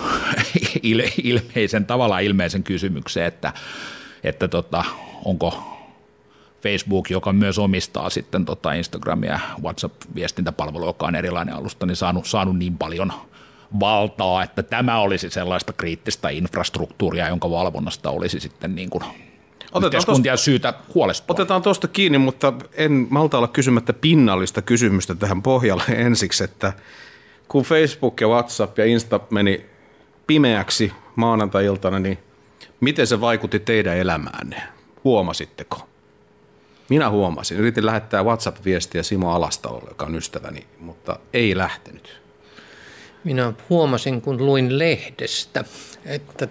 ilmeisen kysymyksen, että onko Facebook, joka myös omistaa sitten Instagramia ja WhatsApp-viestintäpalvelu, joka on erilainen alusta, niin saanut niin paljon valtaa, että tämä olisi sellaista kriittistä infrastruktuuria, jonka valvonnasta olisi sitten niin kuin yhteiskuntia syytä huolestua. Otetaan tuosta kiinni, mutta en malta olla kysymättä pinnallista kysymystä tähän pohjalle ensiksi, että kun Facebook ja WhatsApp ja Insta meni pimeäksi maanantai-iltana, niin miten se vaikutti teidän elämäänne? Huomasitteko? Minä huomasin. Yritin lähettää WhatsApp-viestiä Simo Alastalolle, joka on ystäväni, mutta ei lähtenyt. Minä huomasin, kun luin lehdestä, että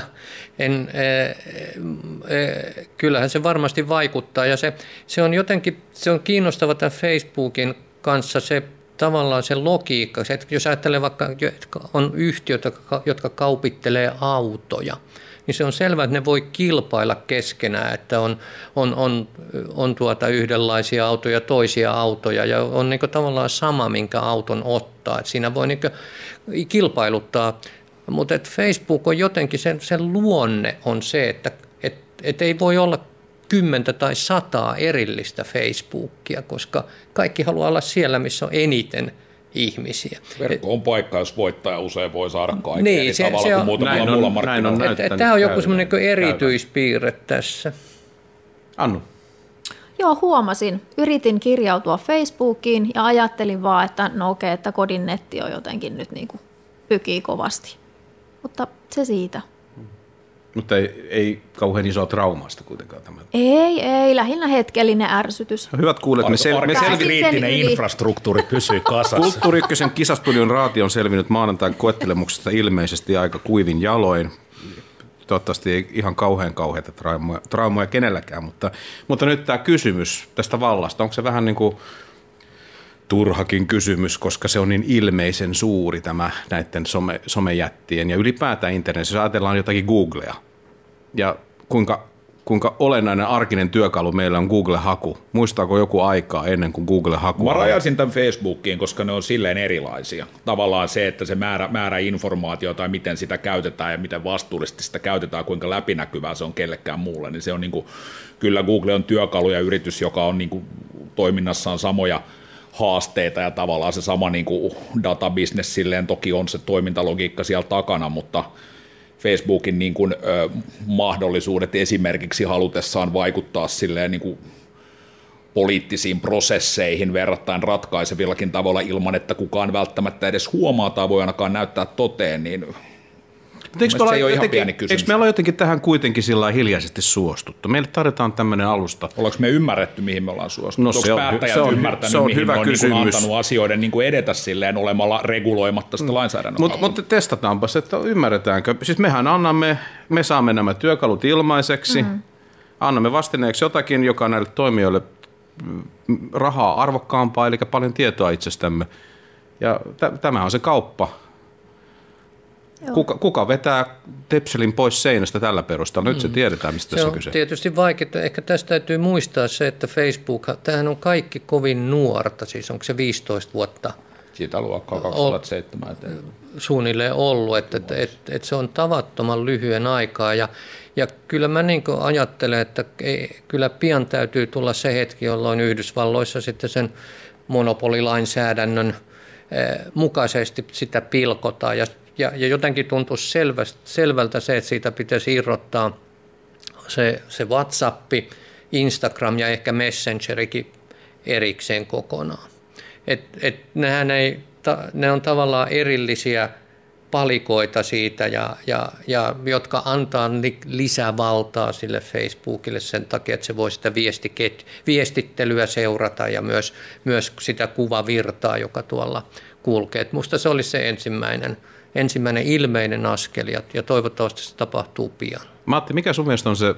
kyllähän se varmasti vaikuttaa. Ja se on jotenkin kiinnostava tämän Facebookin kanssa tavallaan se logiikka. Se, että jos ajattelee vaikka, on yhtiöitä, jotka kaupittelee autoja, niin se on selvää, että ne voi kilpailla keskenään, että on yhdenlaisia autoja, toisia autoja ja on niin tavallaan sama, minkä auton ottaa. Että siinä voi niin kilpailuttaa, mutta Facebook on jotenkin, sen luonne on se, että ei voi olla 10 tai 100 erillistä Facebookia, koska kaikki haluaa olla siellä, missä on eniten ihmisiä. Verkko on paikka, jos voittaja usein voi saada kaikkea, niin tavalla kuin muutamalla muulla markkinoilla. Tämä on joku semmoinen erityispiirre tässä. Annu. Joo, huomasin. Yritin kirjautua Facebookiin ja ajattelin vaan, että no okei, että kodin netti on jotenkin nyt niin kuin pykii kovasti. Mutta se siitä. Mutta ei kauhean isoa traumasta kuitenkaan tämä. Ei, lähinnä hetkellinen ärsytys. No, hyvät kuulet, me kriittinen infrastruktuuri pysyy kasassa. Kulttuuri Ykkösen Kisastudion raatio on selvinnyt maanantain koettelemuksesta ilmeisesti aika kuivin jaloin. Toivottavasti ei ihan kauheita traumoja kenelläkään, mutta nyt tämä kysymys tästä vallasta, onko se vähän niin kuin turhakin kysymys, koska se on niin ilmeisen suuri tämä näiden somejättien ja ylipäätään internetissä, jos ajatellaan jotakin Googlea ja kuinka olennainen arkinen työkalu meillä on Google-haku. Muistaako joku aikaa ennen kuin Google-haku? Mä rajasin tämän Facebookiin, koska ne on silleen erilaisia. Tavallaan se, että se määrä informaatiota tai miten sitä käytetään ja miten vastuullisesti sitä käytetään, kuinka läpinäkyvää se on kellekään muulle, niin se on niin kuin, kyllä Google on työkalu ja yritys, joka on niin kuin toiminnassaan samoja haasteita ja tavallaan se sama niin kuin databisnes silleen toki on se toimintalogiikka siellä takana, mutta Facebookin niin kuin, mahdollisuudet esimerkiksi halutessaan vaikuttaa silleen niin kuin poliittisiin prosesseihin verrattain ratkaisevillakin tavalla ilman, että kukaan välttämättä edes huomaa tai voi ainakaan näyttää toteen, niin se ei ole ihan pieni kysymys. Eikö me olla jotenkin tähän kuitenkin sillä hiljaisesti suostuttu? Meille tarjotaan tämmöinen alusta. Ollaanko me ymmärretty, mihin me ollaan suostuttu? No, onko päättäjät ymmärtänyt, mihin me on niin antanut asioiden niin kuin edetä silleen olemalla reguloimatta sitä lainsäädännön kautta? Mutta testataanpas, että ymmärretäänkö. Siis me saamme nämä työkalut ilmaiseksi, annamme vastineeksi jotakin, joka näille toimijoille rahaa arvokkaampaa, eli paljon tietoa itsestämme. Ja tämä on se kauppa. Kuka vetää tepselin pois seinästä tällä perustalla? Nyt se tiedetään, mistä tässä on kyse. Se on tietysti vaikeaa. Ehkä tästä täytyy muistaa se, että Facebook, tämähän on kaikki kovin nuorta, siis onko se 15 vuotta? Siitä luokkaa 2007. Suunnilleen ollut, että se on tavattoman lyhyen aikaa ja kyllä mä niin kuin ajattelen, että kyllä pian täytyy tulla se hetki, jolloin Yhdysvalloissa sitten sen monopolilainsäädännön mukaisesti sitä pilkotaan ja jotenkin tuntuu selvältä se, että siitä pitäisi irrottaa se WhatsApp, Instagram ja ehkä Messengerikin erikseen kokonaan. Ne on tavallaan erillisiä palikoita siitä ja jotka antaa lisävaltaa sille Facebookille sen takia, että se voi sitä viestittelyä seurata ja myös sitä kuvavirtaa, joka tuolla kulkee. Minusta se olisi se ensimmäinen ilmeinen askel ja toivottavasti se tapahtuu pian. Matti, mikä sun mielestä on se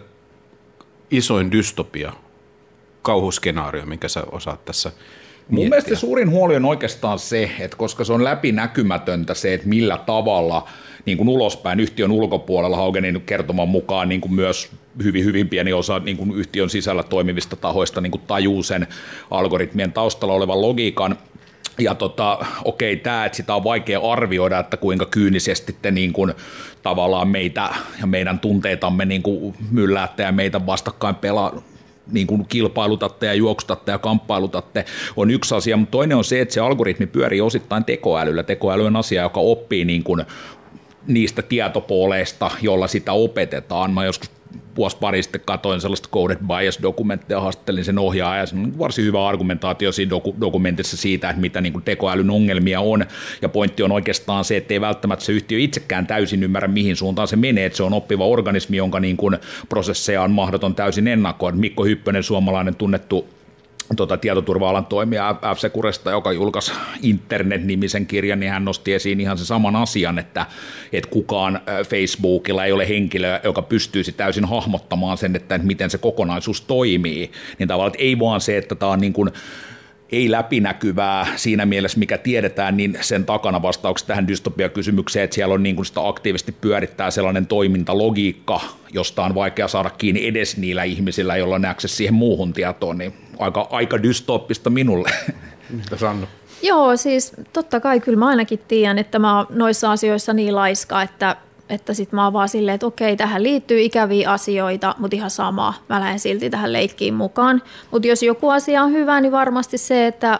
isoin dystopia, kauhuskenaario, minkä sä osaat tässä miettiä? Mun mielestä suurin huoli on oikeastaan se, että koska se on läpinäkymätöntä se, että millä tavalla niin kuin ulospäin yhtiön ulkopuolella Haugenin kertoman mukaan niin kuin myös hyvin pieni osa niin kuin yhtiön sisällä toimivista tahoista niin kuin tajuu sen algoritmien taustalla olevan logiikan. Ja okei, tämä, että sitä on vaikea arvioida, että kuinka kyynisesti te niin kuin tavallaan meitä ja meidän tunteitamme niin kuin mylläätte ja meitä vastakkain niin kuin kilpailutatte ja juoksutatte ja kamppailutatte, on yksi asia, mutta toinen on se, että se algoritmi pyörii osittain tekoälyllä. Tekoäly on asia, joka oppii niin kuin niistä tietopooleista, jolla sitä opetetaan. Mä joskus vuosi pari sitten katsoin sellaista Coded Bias-dokumenttia, haastattelin sen ohjaajan, ja se on varsin hyvä argumentaatio siinä dokumentissa siitä, että mitä niin kuin tekoälyn ongelmia on, ja pointti on oikeastaan se, että ei välttämättä se yhtiö itsekään täysin ymmärrä, mihin suuntaan se menee, että se on oppiva organismi, jonka niin kuin prosesseja on mahdoton täysin ennakoida. Mikko Hyppönen, suomalainen tunnettu tietoturva-alan toimija F-Securesta, joka julkaisi Internet-nimisen kirjan, niin hän nosti esiin ihan sen saman asian, että kukaan Facebookilla ei ole henkilö, joka pystyisi täysin hahmottamaan sen, että miten se kokonaisuus toimii. Niin tavallaan, että ei vaan se, että tämä on niin kuin ei läpinäkyvää siinä mielessä, mikä tiedetään, niin sen takana vastaukset tähän dystopia-kysymykseen, että siellä on niin kuin sitä aktiivisesti pyörittää sellainen toimintalogiikka, josta on vaikea saada kiinni edes niillä ihmisillä, joilla on access siihen muuhun tietoon, niin aika dystooppista minulle. Mitä Sannu? Joo, siis totta kai kyllä mä ainakin tiedän, että mä oon noissa asioissa niin laiska, että sit mä oon vaan silleen, että okei, tähän liittyy ikäviä asioita, mutta ihan sama, mä lähden silti tähän leikkiin mukaan. Mutta jos joku asia on hyvä, niin varmasti se, että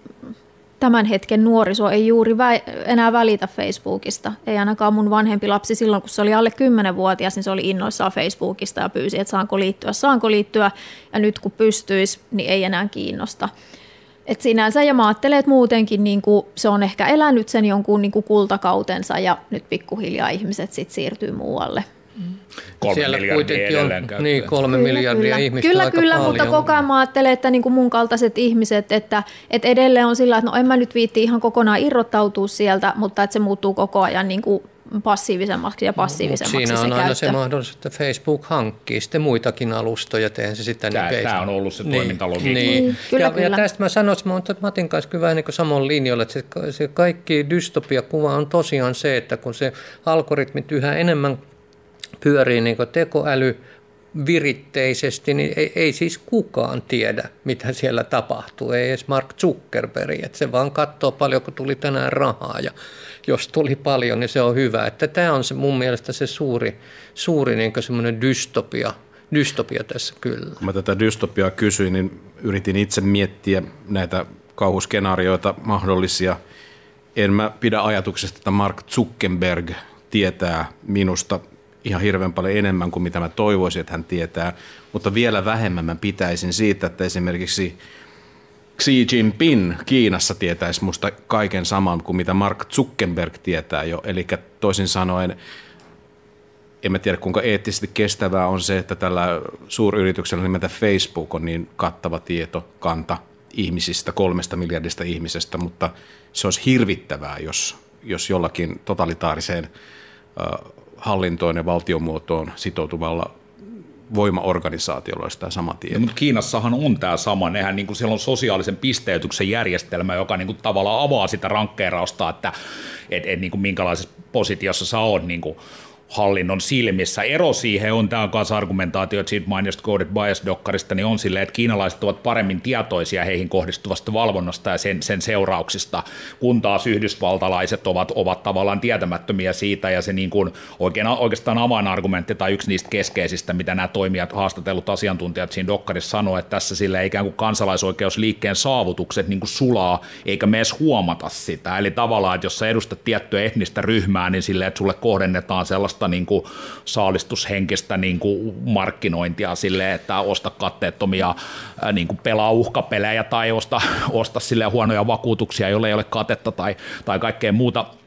tämän hetken nuoriso ei juuri enää välitä Facebookista. Ei ainakaan mun vanhempi lapsi silloin, kun se oli alle 10-vuotias, niin se oli innoissaan Facebookista ja pyysi, että saanko liittyä. Ja nyt kun pystyisi, niin ei enää kiinnosta. Et sinänsä, ja mä ajattelen, että muutenkin niin kuin se on ehkä elänyt sen jonkun niin kuin kultakautensa, ja nyt pikkuhiljaa ihmiset sit siirtyy muualle. 3 miljardia edelleen käyttöön. Niin, 3 miljardia ihmistä aika Kyllä, paljon. mutta koko ajan mä ajattelen, että niin kuin mun kaltaiset ihmiset, että edelleen on sillä, että no en mä nyt viitti ihan kokonaan irrottautua sieltä, mutta että se muuttuu koko ajan niin kuin passiivisemmaksi ja passiivisemmaksi se siinä on aina käyttö. se mahdollisuus, että Facebook hankkii sitten muitakin alustoja, tehän se sitä. Tämä on ollut se toimintalogiikka. Niin. Kyllä. Ja tästä mä sanoisin, mä olen Matin kanssa kyllä vähän niin kuin samoin linjoilla, että se kaikki dystopiakuva on tosiaan se, että kun se algoritmit yhä enemmän pyörii niin kuin tekoäly viritteisesti, niin ei siis kukaan tiedä, mitä siellä tapahtuu. Ei edes Mark Zuckerberg, että se vaan katsoo paljonko tuli tänään rahaa, ja jos tuli paljon, niin se on hyvä. Että tämä on se, mun mielestä se suuri niin kuin semmoinen dystopia tässä kyllä. Kun mä tätä dystopiaa kysyin, niin yritin itse miettiä näitä kauhuskenaarioita mahdollisia. En mä pidä ajatuksesta, että Mark Zuckerberg tietää minusta ihan hirveän paljon enemmän kuin mitä mä toivoisin, että hän tietää, mutta vielä vähemmän mä pitäisin siitä, että esimerkiksi Xi Jinping Kiinassa tietäisi musta kaiken saman kuin mitä Mark Zuckerberg tietää jo, eli toisin sanoen en mä tiedä kuinka eettisesti kestävää on se, että tällä suuryrityksellä nimeltä Facebook on niin kattava tietokanta ihmisistä, 3 miljardista ihmisestä, mutta se olisi hirvittävää, jos jollakin totalitaariseen hallintoon ja valtiomuotoon sitoutuvalla voimaorganisaatiolla olisi tämä sama tieto. No, mutta Kiinassahan on tämä sama. Nehän niin kuin siellä on sosiaalisen pisteytyksen järjestelmä, joka niin kuin tavallaan avaa sitä rankkeerausta, että niin kuin minkälaisessa positiossa sä oot niin kuin hallinnon silmissä. Ero siihen on tämä kanssa argumentaatio, että siitä mainitsit Coded Bias-dokkarista, niin on silleen, että kiinalaiset ovat paremmin tietoisia heihin kohdistuvasta valvonnasta ja sen seurauksista, kun taas yhdysvaltalaiset ovat tavallaan tietämättömiä siitä, ja se niin kuin oikeastaan avainargumentti tai yksi niistä keskeisistä, mitä nämä toimijat, haastatellut asiantuntijat siinä dokkarissa sanoo, että tässä sille ikään kuin kansalaisoikeusliikkeen saavutukset niin kuin sulaa, eikä me edes huomata sitä. Eli tavallaan, että jos sä edustat tiettyä etnistä ryhmää, niin silleen, että sulle kohdennetaan sellaista niin kuin saalistushenkistä niin kuin markkinointia silleen, että osta katteettomia, niin kuin pelaa uhkapelejä tai osta silleen huonoja vakuutuksia, joille ei ole katetta tai kaikkea muuta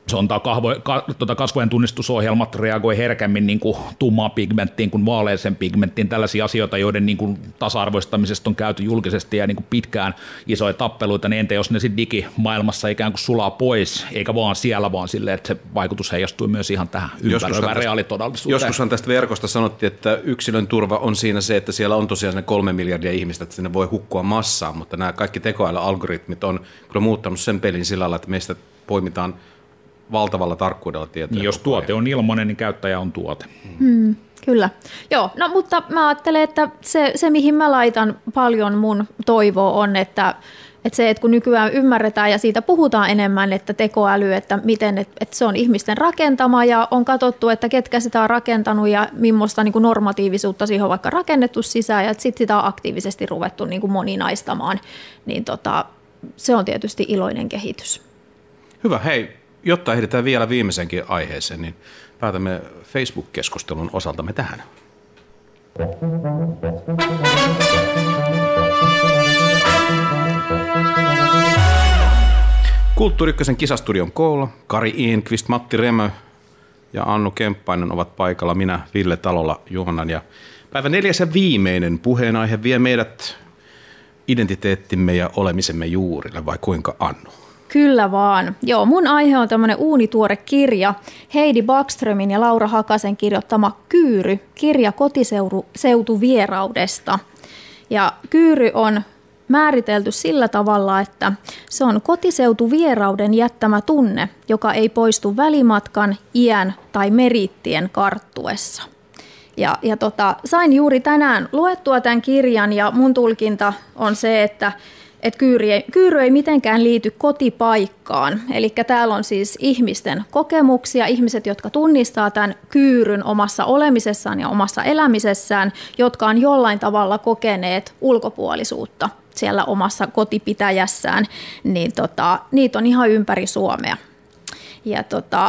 Se on kasvojen tunnistusohjelmat reagoi herkemmin niin kuin tummaan pigmenttiin kuin vaaleeseen pigmenttiin, tällaisia asioita, joiden niin kuin tasa-arvoistamisesta on käyty julkisesti ja niin kuin pitkään isoja tappeluita, niin entä jos ne sitten digimaailmassa ikään kuin sulaa pois, eikä vaan siellä, vaan silleen, että se vaikutus heijastuu myös ihan tähän ympäröivään reaalitodellisuuteen. Joskushan tästä verkosta sanottiin, että yksilön turva on siinä se, että siellä on tosiaan ne 3 miljardia ihmistä, että sinne voi hukkua massaan, mutta nämä kaikki tekoälyalgoritmit on kyllä muuttanut sen pelin sillä lailla, että meistä poimitaan valtavalla tarkkuudella tietoja. Niin jos tuote on ilmainen, niin käyttäjä on tuote. Kyllä. Joo, no mutta mä ajattelen, että se mihin mä laitan paljon mun toivoa on, että se, että kun nykyään ymmärretään ja siitä puhutaan enemmän, että tekoäly, että miten, että se on ihmisten rakentama ja on katsottu, että ketkä sitä on rakentanut ja millaista niin kuin normatiivisuutta siihen on vaikka rakennettu sisään ja sitten sitä on aktiivisesti ruvettu niin kuin moninaistamaan, niin se on tietysti iloinen kehitys. Hyvä, hei. Jotta ehditään vielä viimeisenkin aiheeseen, niin päätämme Facebook-keskustelun osaltamme tähän. Kulttuuri Ykkösen kisastudion koolla Kari Enqvist, Matti Remö ja Annu Kemppainen ovat paikalla. Minä, Ville Talola, juonnan. Ja päivän 4. ja viimeinen puheenaihe vie meidät identiteettimme ja olemisemme juurille, vai kuinka, Annu? Kyllä vaan. Joo, mun aihe on tämmöinen uunituore kirja, Heidi Backströmin ja Laura Hakasen kirjoittama Kyyry, kirja kotiseutuvieraudesta. Ja Kyyry on määritelty sillä tavalla, että se on kotiseutuvierauden jättämä tunne, joka ei poistu välimatkan, iän tai meriittien karttuessa. Sain juuri tänään luettua tämän kirjan ja mun tulkinta on se, että kyyry ei mitenkään liity kotipaikkaan. Eli täällä on siis ihmisten kokemuksia, ihmiset, jotka tunnistaa tämän kyyryn omassa olemisessaan ja omassa elämisessään, jotka on jollain tavalla kokeneet ulkopuolisuutta siellä omassa kotipitäjässään, niin niitä on ihan ympäri Suomea. Ja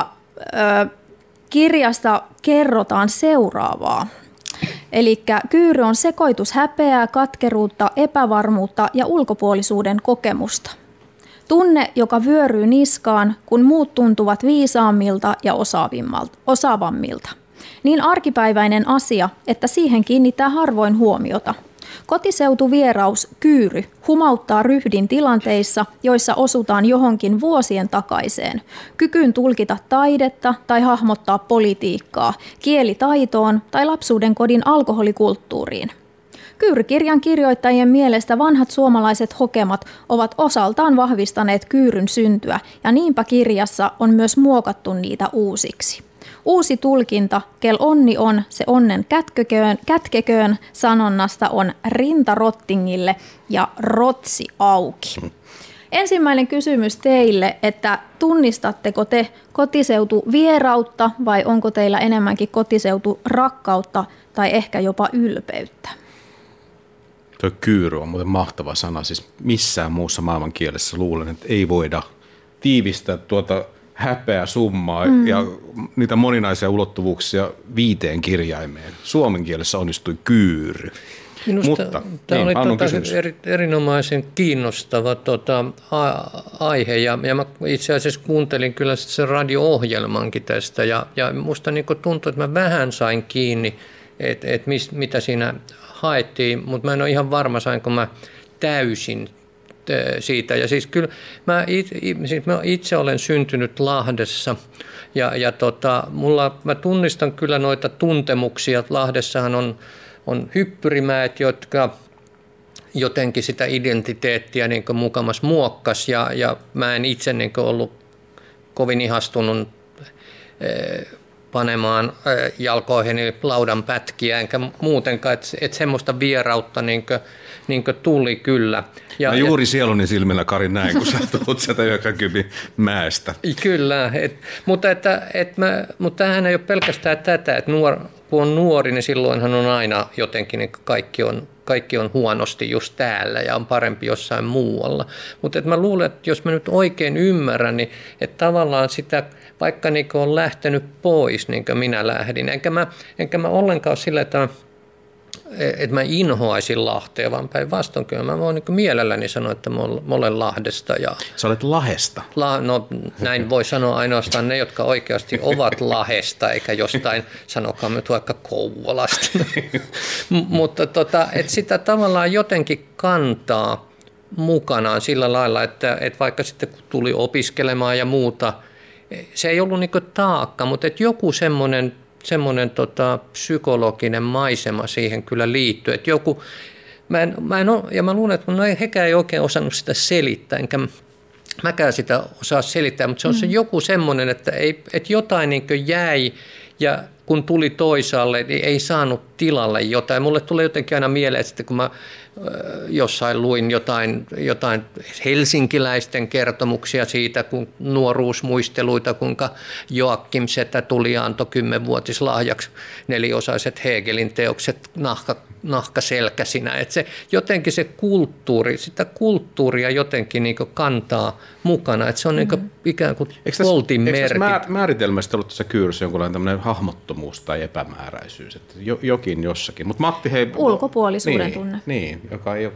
kirjasta kerrotaan seuraavaa. Eli kyyry on sekoitus häpeää, katkeruutta, epävarmuutta ja ulkopuolisuuden kokemusta. Tunne, joka vyöryy niskaan, kun muut tuntuvat viisaammilta ja osaavammilta. Niin arkipäiväinen asia, että siihen kiinnittää harvoin huomiota. Kotiseutuvieraus, kyyry, humauttaa ryhdin tilanteissa, joissa osutaan johonkin vuosien takaiseen. Kykyyn tulkita taidetta tai hahmottaa politiikkaa, kielitaitoon tai lapsuuden kodin alkoholikulttuuriin. Kyyrykirjan kirjoittajien mielestä vanhat suomalaiset hokemat ovat osaltaan vahvistaneet kyyryn syntyä, ja niinpä kirjassa on myös muokattu niitä uusiksi. Uusi tulkinta, kel onni on, se onnen kätkeköön sanonnasta on rinta rottingille ja rotsi auki. Ensimmäinen kysymys teille, että tunnistatteko te kotiseutuvierautta vai onko teillä enemmänkin kotiseuturakkautta tai ehkä jopa ylpeyttä? Tuo kyyry on muuten mahtava sana. Siis missään muussa maailmankielessä luulen, että ei voida tiivistää tuota häpeä summaa ja niitä moninaisia ulottuvuuksia 5 kirjaimeen. Suomen kielessä onnistui kyyry. Minusta tämä oli erinomaisen kiinnostava aihe ja mä itse asiassa kuuntelin kyllä sen radio-ohjelmankin tästä ja musta niin tuntui, että mä vähän sain kiinni, että mitä siinä haettiin, mutta mä en ole ihan varma, sainko mä täysin siitä. Ja siis kyllä mä itse olen syntynyt Lahdessa ja mä tunnistan kyllä noita tuntemuksia. Lahdessahan on hyppyrimäet, jotka jotenkin sitä identiteettiä niin mukamas muokkas ja mä en itse niin ollut kovin ihastunut panemaan jalkoihini laudan pätkiä, enkä muutenkaan, että semmoista vierautta niin tuli kyllä. Ja juuri sieluni silmillä, Kari, näin, kun sä tulet sieltä 90 mäestä. Kyllä, mutta tämähän ei ole pelkästään tätä, että kun on nuori, niin silloinhan on aina jotenkin, niin kaikki on huonosti just täällä ja on parempi jossain muualla. Mutta mä luulen, että jos mä nyt oikein ymmärrän, niin että tavallaan sitä, vaikka niin on lähtenyt pois, niin kuin minä lähdin, enkä mä ollenkaan sillä, että että mä inhoaisin Lahtea, vaan päinvastoin kyllä mä voin niin mielelläni sanoa, että mä olen Lahdesta. Ja sä olet Lahesta. No näin voi sanoa ainoastaan ne, jotka oikeasti ovat Lahesta, eikä jostain, sanokaa nyt vaikka Kouvolasta. Mutta että sitä tavallaan jotenkin kantaa mukanaan sillä lailla, että vaikka sitten kun tuli opiskelemaan ja muuta, se ei ollut niin kuin taakka, mutta että joku semmoinen psykologinen maisema siihen kyllä liittyy. Että joku, mä luulen, että hekään ei oikein osannut sitä selittää, enkä mäkään sitä osaa selittää, mutta se on se joku semmoinen, että jotain niin kuin jäi ja kun tuli toisaalle, niin ei saanut tilalle jotain. Mulle tulee jotenkin aina mieleen, että kun mä jossain luin jotain helsinkiläisten kertomuksia siitä, kun nuoruusmuisteluita, kuinka Joakim Setä tuli ja antoi 10-vuotislahjaksi 4-osaiset Hegelin teokset nahkaselkäsinä. Että se jotenkin se kulttuuri, sitä kulttuuria jotenkin niin kuin kantaa mukana. Että se on niin kuin ikään kuin voltin merkki. Eikö tässä määritelmästä ollut tässä Kyyryssä jonkunlainen tämmöinen hahmottomuus tai epämääräisyys? Että jokin jossakin. Mutta Matti, hei... Ulkopuolisuuden tunne. Niin, joka ei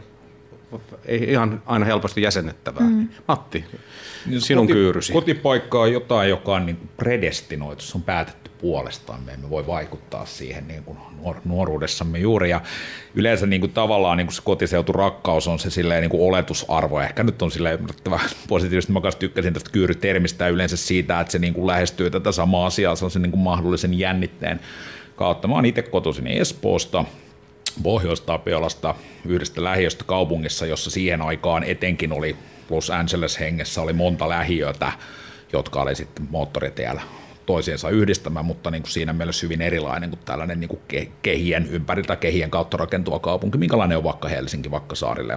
ihan aina helposti jäsennettävää. Matti, sinun Kyyrysi. Kotipaikka on jotain, joka on niin kuin predestinoitu, se on päätetty puolestaan. Me emme voi vaikuttaa siihen niin kuin nuoruudessamme juuri. Ja yleensä niin kuin tavallaan niin kuin se kotiseuturakkaus on se silleen, niin kuin oletusarvo. Ehkä nyt on silleen positiivisesti. Mä kanssa tykkäsin tästä Kyyry-termistä yleensä siitä, että se niin kuin lähestyy tätä samaa asiaa. Se on se niin kuin mahdollisen jännitteen kautta. Mä oon itse kotoisin Espoosta, Pohjois-Tapiolasta, yhdestä lähiöstä kaupungissa, jossa siihen aikaan etenkin oli Los Angeles-hengessä oli monta lähiötä, jotka oli sitten moottoritiellä toisiinsa yhdistämään, mutta niin kuin siinä mielessä hyvin erilainen kuin tällainen niin kuin kehien ympäriltä kehien kautta rakentuva kaupunki, minkälainen on vaikka Helsinki, vaikka saarille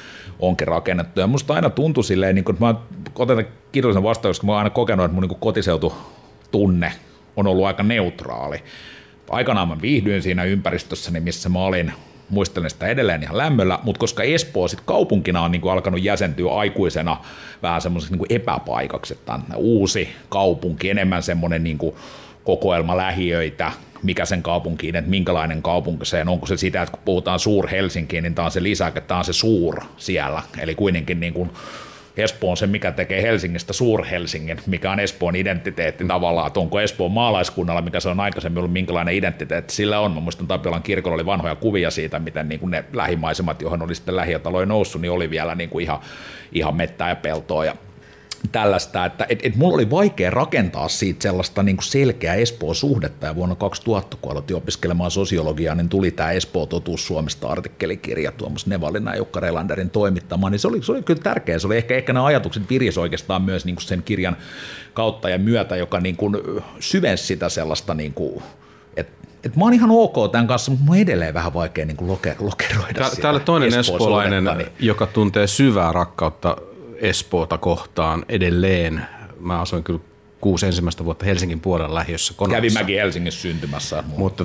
onkin rakennettu. Ja musta aina tuntui silleen, niin kuin, mä otan kirjallisen vastaan, koska mä oon aina kokenut, että mun niin kuin kotiseututunne on ollut aika neutraali. Aikanaan mä viihdyin siinä ympäristössäni, missä mä olin, muistelen sitä edelleen ihan lämmöllä, mutta koska Espoo sit kaupunkina on niinku alkanut jäsentyä aikuisena vähän semmoiseksi niinku epäpaikaksi, että on uusi kaupunki, enemmän semmoinen niinku kokoelma lähiöitä, mikä sen kaupunkiin, että minkälainen kaupunki se on, onko se sitä, että kun puhutaan Suur-Helsinkiin, niin tämä on se lisä, että tämä on se suur siellä, eli kuitenkin niinku Espoo on se, mikä tekee Helsingistä Suur-Helsingin, mikä on Espoon identiteetti tavallaan, että onko Espoon maalaiskunnalla, mikä se on aikaisemmin ollut, minkälainen identiteetti sillä on. Mä muistan, Tapiolan kirkolla oli vanhoja kuvia siitä, miten niin kuin ne lähimaisemat, johon oli sitten lähiötaloja noussut, niin oli vielä niin kuin ihan mettää ja peltoa ja tällaista, että mulla oli vaikea rakentaa siitä sellaista niin kuin selkeää Espoo-suhdetta, ja vuonna 2000, kun aloitin opiskelemaan sosiologiaa, niin tuli tämä Espoo-totuus Suomesta -artikkelikirja Tuomas Nevalin ja Jukka Relanderin toimittama, niin se oli kyllä tärkeä. Se oli ehkä nämä ajatukset virjasi oikeastaan myös niin kuin sen kirjan kautta ja myötä, joka niin kuin syvensi sitä sellaista, niin kuin, että mä oon ihan ok tämän kanssa, mutta mun on edelleen vähän vaikea niin kuin lokeroida sitä. Täällä toinen espoolainen, joka tuntee syvää rakkautta Espoota kohtaan edelleen. Mä asuin kyllä 6 ensimmäistä vuotta Helsingin puolella lähiössä Konolassa. Kävin mäkin Helsingissä syntymässä.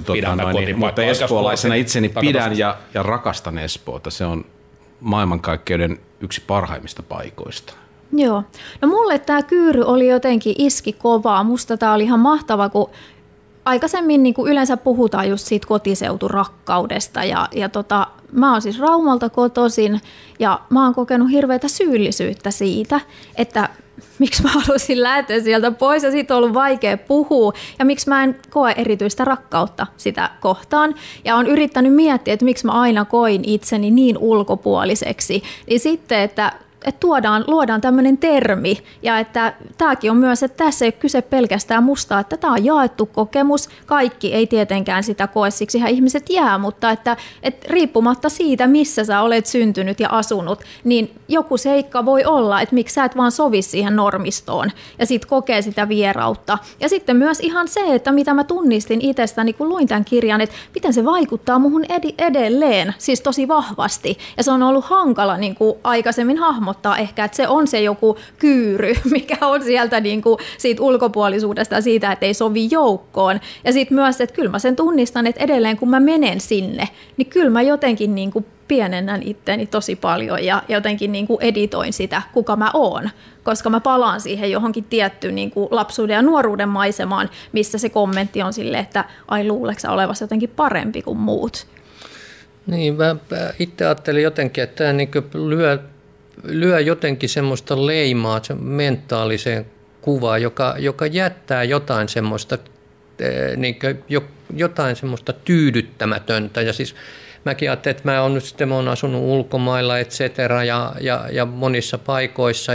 Mutta espoolaisena itseni pidän ja rakastan Espoota. Se on maailmankaikkeuden yksi parhaimmista paikoista. Joo. No mulle tämä Kyyry oli jotenkin iski kovaa. Musta tämä oli ihan mahtava, kun aikaisemmin niin kuin yleensä puhutaan just siitä kotiseuturakkaudesta ja mä oon siis Raumalta kotoisin ja mä oon kokenut hirveätä syyllisyyttä siitä, että miksi mä halusin lähteä sieltä pois ja siitä on ollut vaikea puhua ja miksi mä en koe erityistä rakkautta sitä kohtaan. Ja on yrittänyt miettiä, että miksi mä aina koin itseni niin ulkopuoliseksi. Niin sitten, että luodaan tämmöinen termi ja että tämäkin on myös, että tässä ei ole kyse pelkästään musta, että tämä on jaettu kokemus, kaikki ei tietenkään sitä koe, siksihän ihmiset jää, mutta että riippumatta siitä, missä sä olet syntynyt ja asunut, niin joku seikka voi olla, että miksi sä et vaan sovi siihen normistoon ja sitten kokee sitä vierautta. Ja sitten myös ihan se, että mitä mä tunnistin itsestäni, kun luin tämän kirjan, että miten se vaikuttaa muhun edelleen, siis tosi vahvasti. Ja se on ollut hankala niin kuin aikaisemmin hahmottaa ehkä, että se on se joku kyyry, mikä on sieltä niin kuin siitä ulkopuolisuudesta siitä, että ei sovi joukkoon. Ja sitten myös, että kyllä mä sen tunnistan, että edelleen kun mä menen sinne, niin kyllä mä jotenkin niin kuin pienennän itteni tosi paljon ja jotenkin niin kuin editoin sitä, kuka mä oon, koska mä palaan siihen johonkin tiettyyn niin kuin lapsuuden ja nuoruuden maisemaan, missä se kommentti on silleen, että ai luuleeko sä olevasi jotenkin parempi kuin muut. Niin, mä itse ajattelin jotenkin, että tämä niin lyö jotenkin semmoista leimaa mentaaliseen kuvaan, joka jättää jotain semmoista, jotain semmoista tyydyttämätöntä. Ja siis mäkin ajattelin, että mä oon asunut ulkomailla, et cetera, ja monissa paikoissa,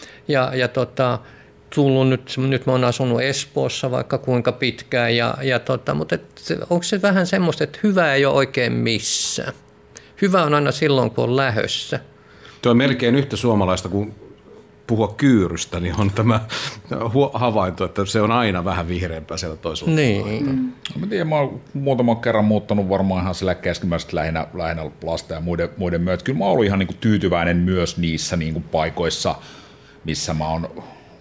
tullut nyt mä oon asunut Espoossa vaikka kuinka pitkään, mutta onko se vähän semmoista, että hyvä ei ole oikein missään. Hyvä on aina silloin, kun on lähössä. Tuo on melkein yhtä suomalaista kuin puhua kyyrystä, niin on tämä havainto, että se on aina vähän vihreämpää siellä toisella. Niin. Mä tiedän, mä oon muutaman kerran muuttanut varmaan ihan sillä keskimmäisestä lähinnä lasten ja muiden myötä. Kyllä mä oon ollut ihan niin kuin tyytyväinen myös niissä niin kuin paikoissa, missä mä oon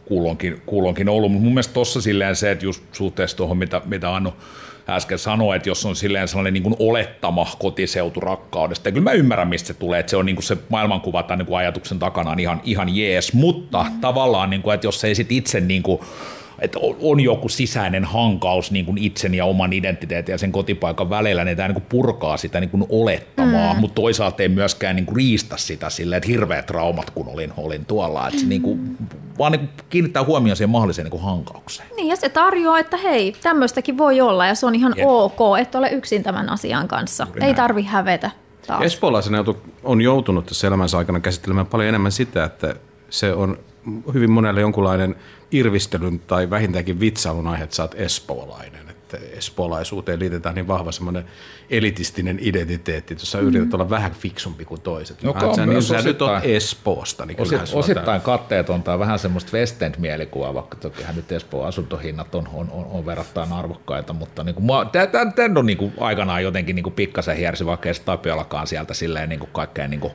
kuulonkin ollut. Mutta mun mielestä tossa silleen se, että just suhteessa tuohon, mitä Annu äsken sanoi, että jos on silleen sellainen niin kuin olettama kotiseuturakkaudesta, ja kyllä mä ymmärrän, mistä se tulee, että se on niin kuin se maailmankuva tai niin kuin ajatuksen takana on ihan jees, mutta tavallaan, niin kuin, että jos ei sit itse, niin kuin, että on joku sisäinen hankaus niin kuin itsen ja oman identiteetin ja sen kotipaikan välillä, niin tämä niin kuin purkaa sitä niin kuin olettamaa, mutta toisaalta ei myöskään niin kuin riistä sitä silleen, että hirveät traumat, kun olin tuolla, että se niin kuin, vaan niin kuin kiinnittää huomioon siihen mahdolliseen niin kuin hankaukseen. Niin, ja se tarjoaa, että hei, tämmöistäkin voi olla, ja se on ihan ok, että ole yksin tämän asian kanssa. Ei tarvi hävetä taas. Espoolaisena on joutunut tässä elämänsä aikana käsittelemään paljon enemmän sitä, että se on hyvin monelle jonkunlainen irvistelyn tai vähintäänkin vitsailun aihe, että sä oot espoolainen. Että espoolaisuuteen liitetään niin vahva semmoinen elitistinen identiteetti, että jos sä yrität olla vähän fiksumpi kuin toiset. Sä nyt oot Espoosta. Niin osittain katteetonta on vähän semmoista West End-mielikuvaa, vaikka tokihan nyt Espoon asuntohinnat on verrattain arvokkaita, mutta niin tämän on niin kuin aikanaan jotenkin niin kuin pikkasen hiersi, vaikka ei Tapiolakaan sieltä silleen niin kuin kaikkein niin kuin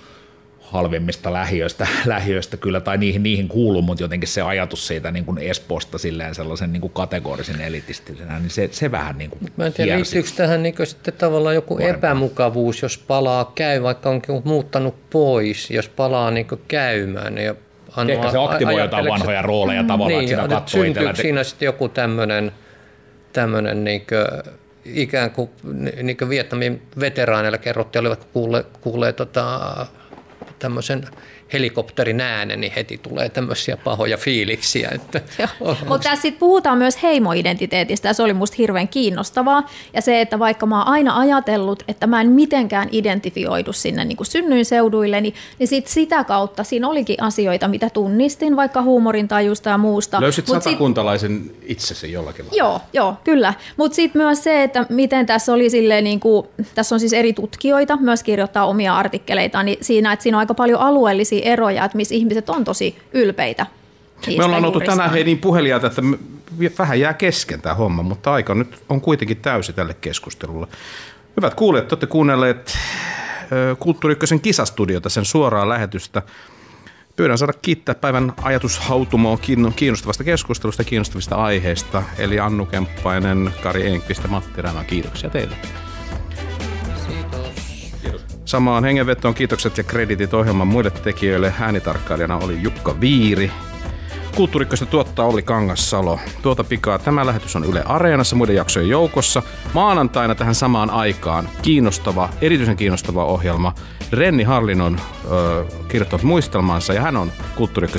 halvimmista lähiöistä kyllä, tai niihin kuuluu, mutta jotenkin se ajatus siitä niin kuin Espoosta silleen sellaisen niin kuin kategorisen elitistisenä, niin se vähän niin kuin mä en tiedä, liittyykö tähän niin kuin sitten tavallaan joku epämukavuus, jos palaa vaikka onkin muuttanut pois, jos palaa niin kuin käymään. Ja ehkä se aktivoi jotain vanhoja rooleja tavallaan, niin, että sitä katsoo itsellä. Syntyykö siinä sitten joku tämmöinen niin kuin, ikään kuin Vietnamin veteraaneilla kerrottiin, olivat kuulleet tämmöisen helikopterin äänen, niin heti tulee tämmöisiä pahoja fiiliksiä. Mutta tässä sitten puhutaan myös heimoidentiteetistä, ja se oli musta hirveän kiinnostavaa. Ja se, että vaikka mä oon aina ajatellut, että mä en mitenkään identifioidu sinne niin kuin synnyinseuduille, niin sit sitä kautta siinä olikin asioita, mitä tunnistin, vaikka huumorintajusta ja muusta. Löysit satakuntalaisen itsesi jollakin lailla? Joo, kyllä. Mutta sitten myös se, että miten tässä oli silleen, niin kuin, tässä on siis eri tutkijoita, myös kirjoittaa omia artikkeleitaan, niin siinä, että siinä on aika paljon alueellisia eroja, että missä ihmiset on tosi ylpeitä. Me ollaan oltu tänään niin puhelijaita, että vähän jää kesken tämä homma, mutta aika nyt on kuitenkin täysi tälle keskustelulle. Hyvät kuulijat, te olette kuunnelleet Kulttuuri Ykkösen kisastudiota, sen suoraa lähetystä. Pyydän saada kiittää päivän ajatushautumoa kiinnostavasta keskustelusta ja kiinnostavista aiheista. Eli Annu Kemppainen, Kari Enqvist ja Matti Rämä. Kiitoksia teille. Samaan hengenvetoon kiitokset ja kreditit ohjelman muille tekijöille. Äänitarkkailijana oli Jukka Viiri. Kulttuuri Ykköstä tuottaa Olli Kangassalo. Tuota pikaa tämä lähetys on Yle Areenassa muiden jaksojen joukossa. Maanantaina tähän samaan aikaan erityisen kiinnostava ohjelma. Renni Harlin on kirjoittanut muistelmansa ja hän on Kulttuuri